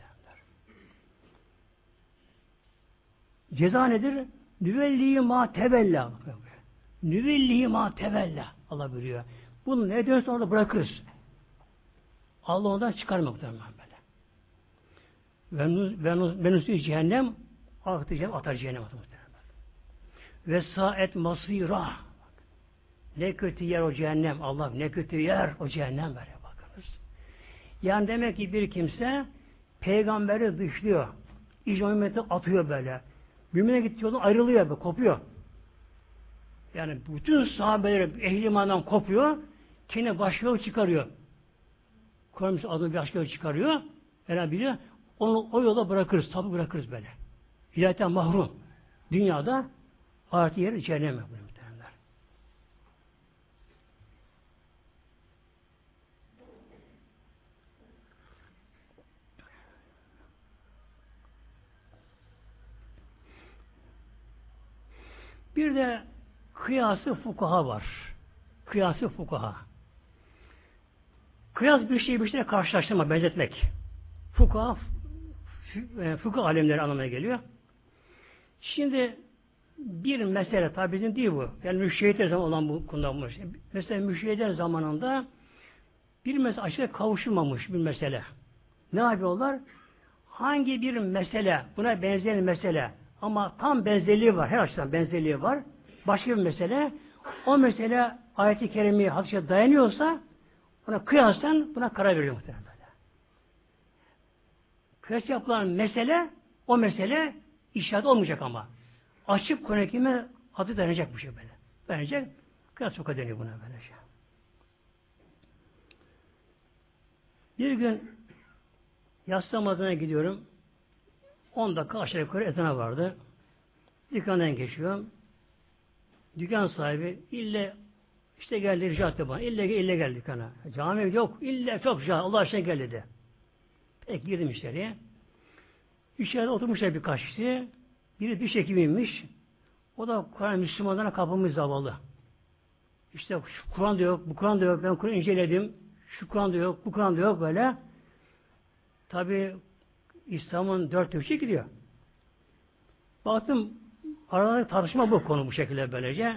Ceza nedir? Nüvellihi ma tevella. Nüvellihi ma tevella. Allah buyuruyor. Bunu ne diyorsa orada bırakırız. Allah ondan çıkarmak muhtemelen böyle. Venüsü cehennem ahtı cehennem atar cehennem atar muhtemelen. Ve saet masira. Ne kötü yer o cehennem. Allah ne kötü yer o cehennem böyle bakınız. Yani demek ki bir kimse peygamberi dışlıyor. İcma ümmeti atıyor böyle. Mümine gittiği yoldan ayrılıyor böyle, kopuyor. Yani bütün sahabeler ehli imandan kopuyor. Kendine başka yol çıkarıyor. Kur'an adını bir başka yol çıkarıyor. Herhalde biliyor. Onu o yola bırakırız. Tabi bırakırız böyle. Hidayetten mahrum. Dünyada artı yeri cehennem yapıyor. Bir de kıyası fukaha var. Kıyası fukaha. Kıyas bir şeyi bir şeyle karşılaştırma, benzetmek. Fukaha, fıkıh alimleri anlamına geliyor. Şimdi bir mesele, tabi bizim değil bu. Yani müşehitler zaman olan bu konuda. Mesela müşehitler zamanında bir mesele aşırı kavuşulmamış bir mesele. Ne yapıyorlar? Hangi bir mesele, buna benzeyen mesele ama tam benzerliği var, her açıdan benzerliği var. Başka bir mesele, o mesele ayet-i kerimeye, hadise dayanıyorsa buna kıyasen buna karar veriyor muhtemelen böyle. Kıyas yapılan mesele, o mesele işaret olmayacak ama. Açık Kur'an-ı Kerim'e adı dayanacak bir şey böyle. Dayanacak, kıyas çok deniyor buna böyle şey. Bir gün yatsı namazına gidiyorum. on dakika aşağı yukarı ezana vardı. Dükkandan geçiyorum. Dükkan sahibi ille İşte geldi rica etti bana. İlle, ille geldik ana. Cami yok. İlle çok rica. Allah aşkına gel dedi. Peki girdim içeriye. İçeride oturmuşlar birkaç kişi. Biri diş hekimiymiş. O da Kur'an Müslümanlara kapılmış zavallı. İşte şu Kur'an da yok, bu Kur'an da yok. Ben Kur'an inceledim. Şu Kur'an da yok, bu Kur'an da yok böyle. Tabi İslam'ın dört köşe gidiyor. Baktım aralarında tartışma bu konu bu şekilde böylece.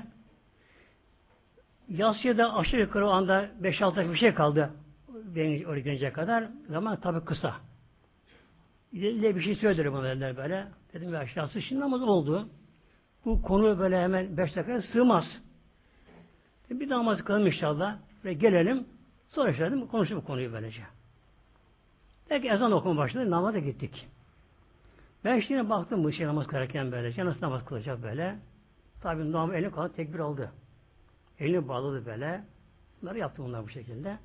Yasya'da aşağı yukarı o anda beş altı bir şey kaldı. Benim oraya gelince kadar. Zaman tabi kısa. İle bir şey söylerim bana dediler böyle. Dedim ya aşağısı şimdi namaz oldu. Bu konu böyle hemen beş dakikaya sığmaz. Bir namaz kılalım inşallah. Ve gelelim. Sonra işte konuştuk bu konuyu böylece. Belki ezan okuma başladı. Namaza gittik. Ben işte baktım bu şey namaz kılarken böylece. Nasıl namaz kılacak böyle. Tabi namaz elini kaldı. Tekbir aldı. Elini bağladı böyle. Bunları yaptım bunlar bu şekilde.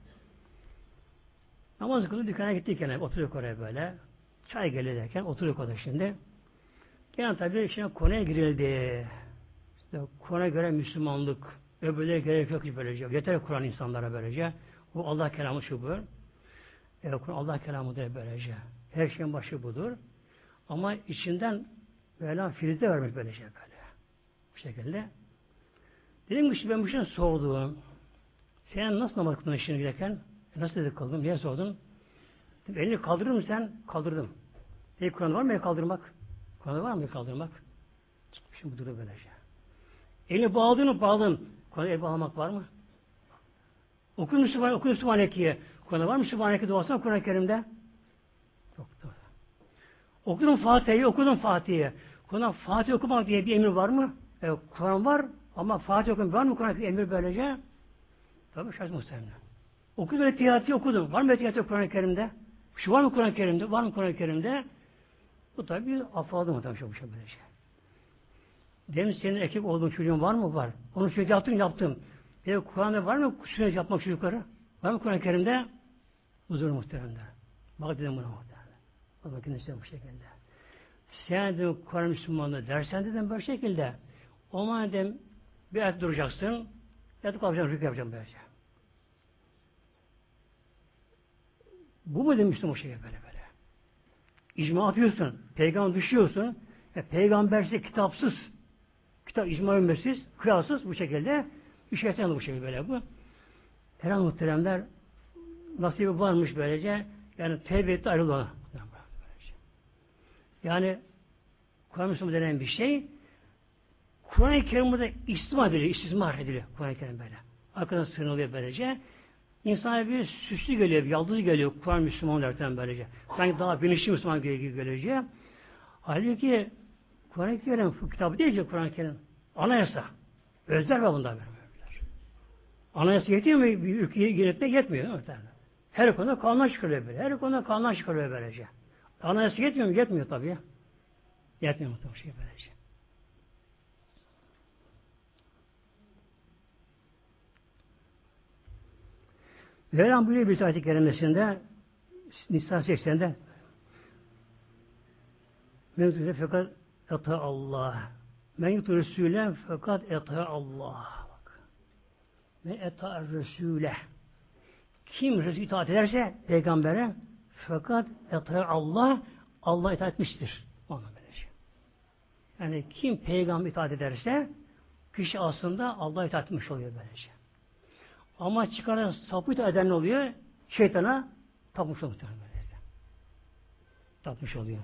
Namaz kıldı. Dükkana gittik yani. Oturduk oraya böyle. Çay geliyor derken oturduk orada şimdi. Gene tabi şimdi konuya girildi. İşte Kur'an'a göre Müslümanlık, öbürlere gerek yok böylece. Yeter Kur'an insanlara böylece. Bu Allah kelamı şu bu. Evet, Kur'an Allah kelamıdır böylece. Her şeyin başı budur. Ama içinden Mevlam filizde vermiş böylece böyle. Bu şekilde. Dedim ki ben bu şeyden sordum. Sen nasıl namaz kıldın şimdi giderken? E nasıl dedi kıldım? Niye sordun? Dedim, elini kaldırır mısın sen? Kaldırdım. Peki Kur'an var mı el kaldırmak? Kur'an'da var mı el kaldırmak? Şimdi duruyor böylece. Elini bağladın mı? Bağladın. Kur'an'da el bağlamak var mı? Okuyun Sübhane, okuyun Sübhaneke'ye. Kur'an'da var mı Sübhaneke duasına Kur'an-ı Kerim'de? Yoktur. Okudun Fatiha'yı, okudun Fatiha'yı. Kur'an'da Fatih okumak diye bir emir var mı? Evet, Kur'an var ama Fatih okumak var mı Kur'an'da emir böylece? Tabii şahit muhtemelen. Okudun Etihiyat'ı okudun. Var mı Etihiyat'ı Kur'an-ı Kerim'de? Şu var mı Kur'an-ı Kerim'de? Var mı Kur'an-ı Kerim'de? Bu tabii bir affadı mı tabii şu şey böylece. Demin senin erkek olduğun çocuğun var mı? Var. Onu sünnet yaptım yaptım. Peki Kur'an'da var mı sünnet yapmak çocukları? Var mı Kur'an-ı Kerim'de? Huzur muhteremde. Bak dedim buna muhteremde. Bak bakın işte bu şekilde. Sen dedim Kur'an Müslümanlığı dersen dedim böyle şekilde. O zaman dedim bir ayet duracaksın. Yatıp kalacaksın, rükû yapacaksın böylece. Bu mu demiştim o şeye böyle böyle. İcma atıyorsun. Peygamber düşüyorsun. E, peygamberse kitapsız. Kitap icma ümmesiz, kıyasız bu şekilde işleten bu şekilde böyle bu. Herhalde muhteremler nasibi varmış böylece. Yani tevbe etti ayrılıyor. Yani Kur'an-ı Müslüman denen bir şey Kur'an-ı Kerim'de istismar ediliyor, istismar ediliyor Kur'an-ı Kerim böyle. Arkadan sığınılıyor böylece. İnsana bir süslü geliyor, bir yaldız geliyor Kur'an Müslüman derken böylece. Sanki daha bilinçli Müslüman geliyor böylece. Halbuki Kur'an-ı Kerim kitabı değil ki Kur'an-ı Kerim. Anayasa. Özler var bunda böyle. Anayasa yetiyor mu? Bir ülkeyi yönetmek yetmiyor. Değil mi? Her konuda kanunlar çıkarıyor böyle. Her konuda kanunlar çıkarıyor böylece. Anayasa yetmiyor mu? Yetmiyor tabii ya. Yetmiyor mu tabii şey böylece. Mevlam buyuruyor bir ayet-i kerimesinde Nisa seksen'de men yutu fakat ata Allah. Men yutu Resul'e fakat ata Allah. Bak. Men ata Resul'e. Kim Resul'e itaat ederse peygambere fakat ata Allah Allah itaat etmiştir. Yani kim peygamber itaat ederse kişi aslında Allah'a itaat etmiş oluyor böylece. Ama çıkaran sapı itaat eden oluyor? Şeytana tapmış oluyor. Tapmış oluyor.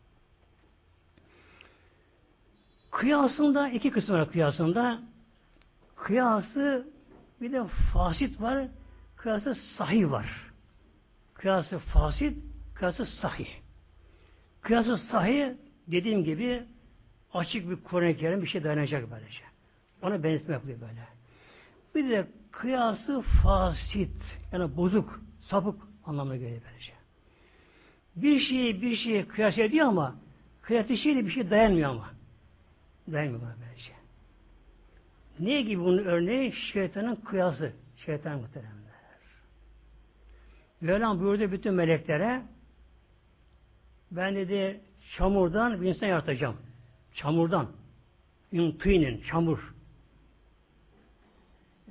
Kıyasında iki kısım var kıyasında. Kıyası bir de fasit var. Kıyası sahih var. Kıyası fasit, kıyası sahih. Kıyası sahih dediğim gibi açık bir Kur'an-ı Kerim bir şey dayanacak böylece. Ona benzetme yapılıyor böyle. Bir de kıyası fasit yani bozuk, sapık anlamına geliyor böylece. Bir şeyi bir şeye kıyas ediyor ama kıyaslı şeyle bir şey dayanmıyor ama. Dayanmıyor böylece. Ne gibi bunun örneği? Şeytanın kıyası. Şeytan muhteremler. Mevlam buyurdu bütün meleklere ben dedi çamurdan bir insan yaratacağım. Çamurdan. Tıyının, çamur.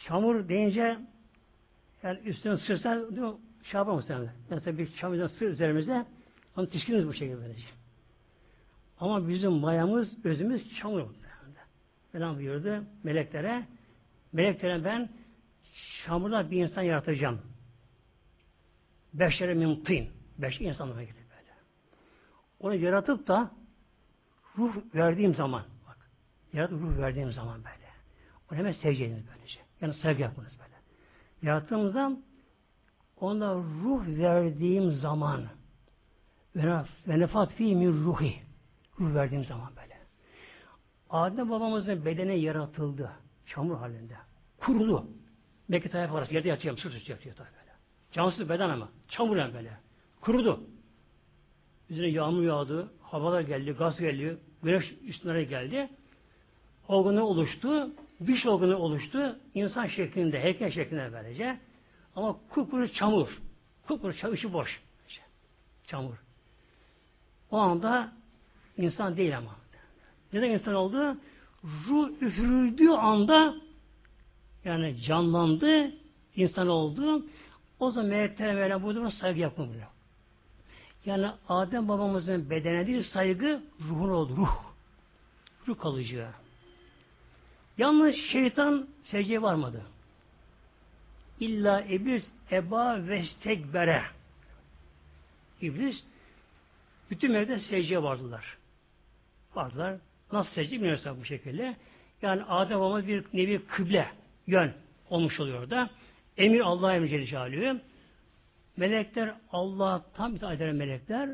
çamur deyince yani üstüne sırsa şey yapamaz yani. Mesela bir çamurdan sır üzerimize onu tişkiniz bu şekilde böylece. Ama bizim mayamız, özümüz çamur. Mevlam buyurdu meleklere. Meleklere ben çamurda bir insan yaratacağım. Beşere min tin. Beş insanlara gelir böyle. Onu yaratıp da ruh verdiğim zaman bak. Yaratıp ruh verdiğim zaman böyle. Onu hemen secde ediniz böylece. Yani sevgi yapmanız böyle. Yarattığımızda ona ruh verdiğim zaman ve nefat fî min ruhi. Ruh verdiğim zaman böyle. Adem babamızın bedeni yaratıldı. Çamur halinde. Kurulu. Mekke Tayyip arası yerde yatıyor. Sırt üstü yatıyor tabi böyle. Cansız beden ama. Çamur yani böyle. Kurudu. Üzerine yağmur yağdı. Havalar geldi. Gaz geldi. Güneş üstüne geldi. Olgunluğu oluştu. Dış olgunluğu oluştu. İnsan şeklinde, heykel şeklinde böylece. Ama kupkuru çamur. Kupkuru çamur. İçi boş. Çamur. O anda insan değil ama. Neden insan oldu? Ruh üfürüldüğü anda yani canlandı, insan oldu. O zaman melekler Mevlam buyurdu, saygı yapmıyor. Yani Adem babamızın bedene değil saygı ruhuna oldu. Ruh. Ruh kalıcı. Yalnız şeytan secdeye varmadı. İlla iblis eba ve stekbere. İblis bütün mevcut secdeye vardılar. Vardılar. Nasıl secde bilmiyorsak bu şekilde. Yani Adem babamız bir nevi kıble, yön olmuş oluyor da. Emir Allah'a emir Celle Celaluhu. Melekler Allah'a tam itaat eden melekler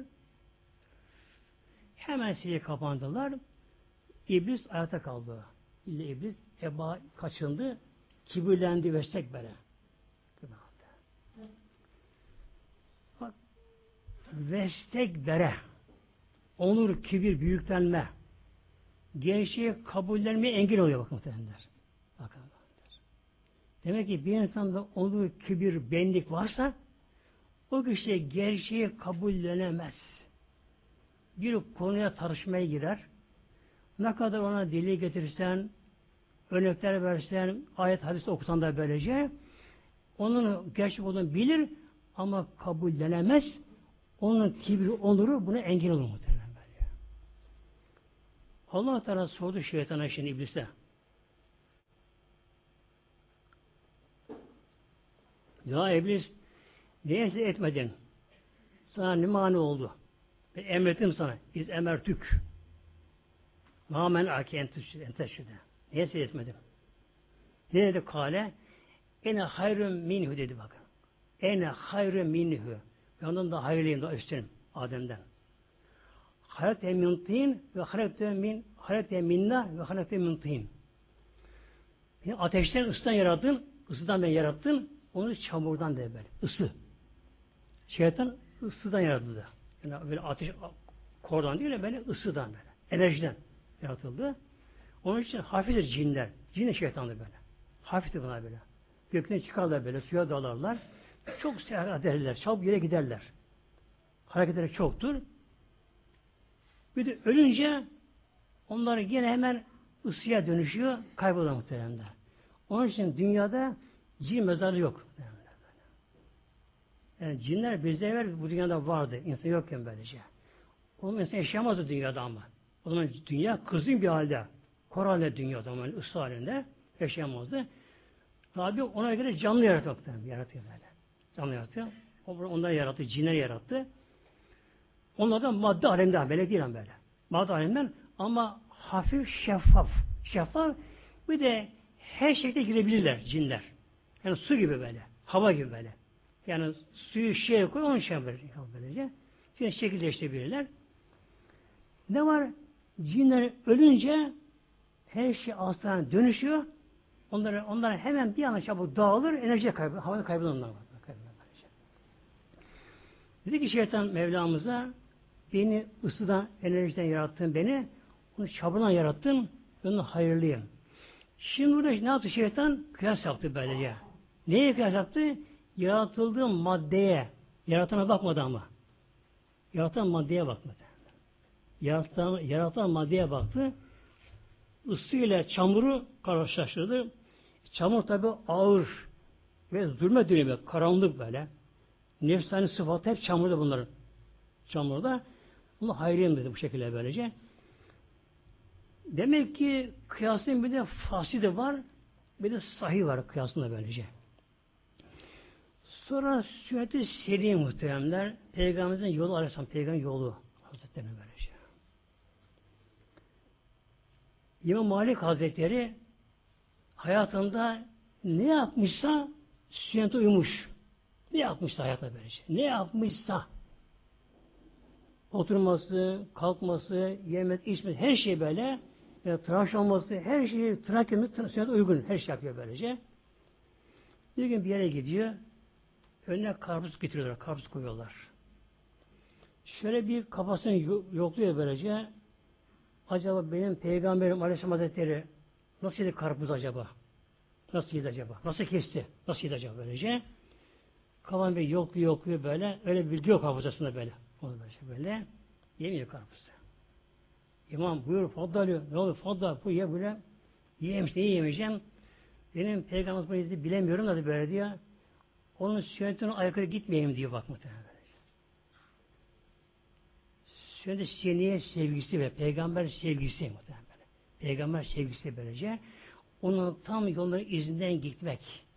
hemen secdeye kapandılar. İblis ayakta kaldı. İlle iblis eba kaçındı, kibirlendi ve stekbere. Bak, vestekbere, onur, kibir, büyüklenme, gerçeği kabullenmeye engel oluyor bakın muhtemelenler. Bakın. Demek ki bir insanda onur, kibir, benlik varsa o kişi gerçeği kabullenemez. Bir konuya tartışmaya girer. Ne kadar ona delil getirirsen, örnekler versen, ayet hadis okusan da böylece onun gerçek olduğunu bilir ama kabullenemez. Onun kibri, onuru buna engel olur muhtemelen. Allah Teala sordu şeytana şimdi iblise. Ya iblis neyse etmedin. Sana ne mani oldu? Ben emrettim sana. Biz emertük. Mamen aki enteşşide. Neyse etmedim. Ne dedi kale? Ene hayrun minhu dedi bakın. Ene hayrun minhu. Ben ondan da hayırlıyım, daha üstünim Adem'den. Halekte min tin ve halekte min halekte minna ve halekte min tin. Beni ateşten ısıdan yarattın, ısıdan ben yarattım, onu çamurdan de böyle, ısı. Şeytan ısıdan yaratıldı. Yani böyle ateş kordan değil de böyle ısıdan böyle, enerjiden yaratıldı. Onun için hafiftir cinler. Cin de şeytandır böyle. Hafiftir bunlar böyle. Gökten çıkarlar böyle, suya dalarlar. Çok seyahat ederler, çabuk yere giderler. Hareketleri çoktur. Bir de ölünce onlar yine hemen ısıya dönüşüyor, kayboluyor muhteremler. Onun için dünyada cin mezarı yok. Yani cinler bizde evvel bu dünyada vardı. İnsan yokken böylece. O zaman insan yaşayamazdı dünyada ama. O zaman dünya kızgın bir halde. Kor halde dünyada ama ısı halinde yaşayamazdı. Tabi ona göre canlı yaratıyor. Yaratıyor böyle. Canlı yaratıyor. Onları yarattı, cinler yarattı. Onlar da madde alemden, melek değil böyle. Madde alemden ama hafif şeffaf. Şeffaf. Bir de her şekilde girebilirler cinler. Yani su gibi böyle. Hava gibi böyle. Yani suyu şeye koy, onu şey böylece. Şimdi şekil değiştirebilirler. Ne var? Cinler ölünce her şey aslına dönüşüyor. Onları, onlara hemen bir anda çabuk dağılır, enerji kaybeder. Havada kaybeder onlar. Dedi ki şeytan Mevlamıza beni ısıdan, enerjiden yarattın beni, onu çabuktan yarattın, ben onu hayırlıyım. Şimdi burada ne yaptı şeytan? Kıyas yaptı böylece. Neye kıyas yaptı? Yaratıldığım maddeye, yaratana bakmadı ama. Yaratan maddeye bakmadı. Yaratan, yaratan maddeye baktı. Isıyla çamuru karşılaştırdı. Çamur tabi ağır ve zulme dönüyor. Karanlık böyle. Nefsani sıfatı hep çamurda bunların. Çamurda. Bunu hayriyem dedi bu şekilde böylece. Demek ki kıyasın bir de faslı de var, bir de sahih var kıyasında böylece. Sonra sünnet-i seri muhteremler, Peygamberimizin yolu Aleyhisselam, Peygamberin yolu Hazretlerine böylece. İmam Malik Hazretleri hayatında ne yapmışsa sünnete uymuş. Ne yapmışsa hayatında böylece. Ne yapmışsa oturması, kalkması, yemek, içmesi, her şey böyle e, tıraş olması, her şeyi tıraş etmesi sünnete uygun. Her şey yapıyor böylece. Bir gün bir yere gidiyor. Önüne karpuz getiriyorlar. Karpuz koyuyorlar. Şöyle bir kafasını yokluyor böylece. Acaba benim Peygamberim Aleyhisselam Hazretleri nasıl yedi karpuz acaba? Nasıl yedi acaba? Nasıl kesti? Nasıl yedi acaba böylece? Kafasını bir yokluyor yokluyor böyle. Öyle bilgi yok hafızasında böyle. Onu böyle böyle. Yemiyor karpuzu. İmam buyur fadda diyor. Ne olur fadda bu ye böyle. Yiyemiş neyi yemeyeceğim. Benim Peygamberim bunu bilemiyorum da böyle diyor. Onun sünnetine aykırı gitmeyeyim diyor bak muhtemelen. Sünnet-i seniye sevgisi ve peygamber sevgisi muhtemelen. Peygamber sevgisi böylece. Onun tam yolların izinden gitmek.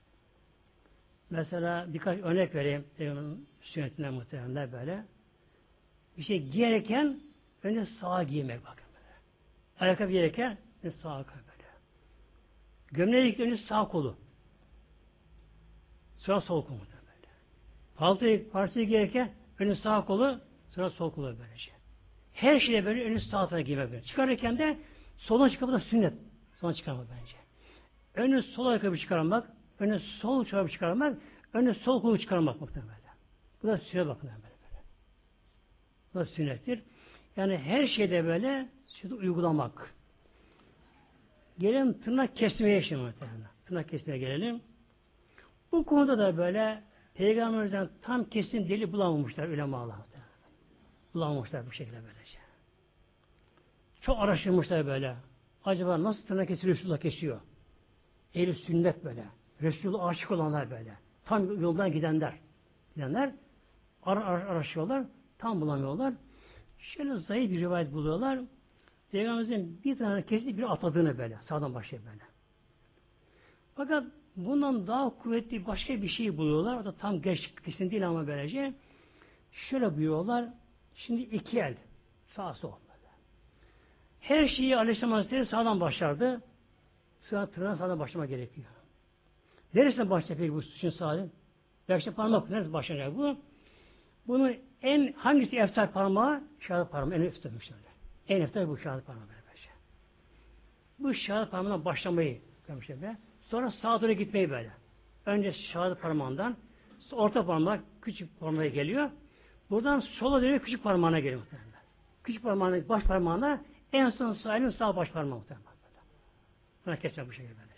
Mesela birkaç örnek vereyim. Peygamberin sünnetinden muhtemelen böyle. Bir şey giyerken önce sağa giymek bakın böyle. Ayakkabı giyerken önce sağa böyle. Gömleği önce sağ kolu. Sonra sol kolu böyle. Paltoyu parçayı giyerken önce sağ kolu, sonra sol kolu böylece. Her şeyde böyle önce sağ tarafa giymek böyle. Çıkarırken de soldan çıkarmak da sünnet. Soldan çıkarmak bence. Önce sol ayakkabı çıkarmak, önce sol çorabı çıkarmak, önce sol kolu çıkarmak muhtemelen böyle. Bu da sünnet bakın böyle. Bu da sünnettir. Yani her şeyde böyle sünneti uygulamak. Gelelim tırnak kesmeye şimdi muhtemelen. Tırnak kesmeye gelelim. Bu konuda da böyle Peygamberimizden tam kesin delil bulamamışlar ulemalar. Bulamamışlar bu şekilde böylece. Çok araştırmışlar böyle. Acaba nasıl tırnak kesiyor, Resulullah kesiyor? Ehl-i sünnet böyle. Resulullah aşık olanlar böyle. Tam yoldan gidenler. Gidenler ar ar araştırıyorlar. Tam bulamıyorlar. Şöyle zayıf bir rivayet buluyorlar. Peygamberimizin bir tane kesip bir atladığını böyle. Sağdan başlayıp böyle. Fakat bundan daha kuvvetli başka bir şey buluyorlar. O da tam geç kesin değil ama böylece. Şöyle buyuruyorlar. Şimdi iki el. Sağ sol böyle. Her şeyi Aleyhisselam Hazretleri sağdan başlardı. Sıra tırnağı sağdan başlama gerekiyor. Neresinden başlayacak peki bu sütün sağdan? Beşte parmak neresi başlayacak bu? Bunu en hangisi eftar parmağı? Şehadet parmağı. En eftarmış öyle. En eftar bu şehadet parmağı böyle böyle. Bu şehadet parmağından başlamayı yapmışlar be. Sonra sağa doğru gitmeyi böyle. Önce şehadet parmağından orta parmak küçük parmağa geliyor. Buradan sola dönüyor küçük parmağına geliyor muhtemelen. Küçük parmağına baş parmağına en son sağ elin sağ baş parmağı muhtemelen. Buna kesmek bu şekilde böyle.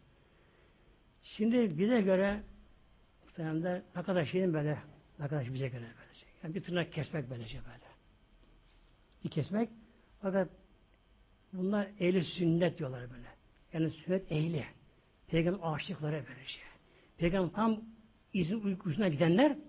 Şimdi bize göre muhtemelen ne kadar şeyin böyle ne kadar bize göre böyle. Yani bir tırnak kesmek böylece böyle. Bir kesmek. Fakat bunlar ehli sünnet diyorlar böyle. Yani sünnet ehli. Peygamber aşıkları böylece. Peygamber tam izin uykusuna gidenler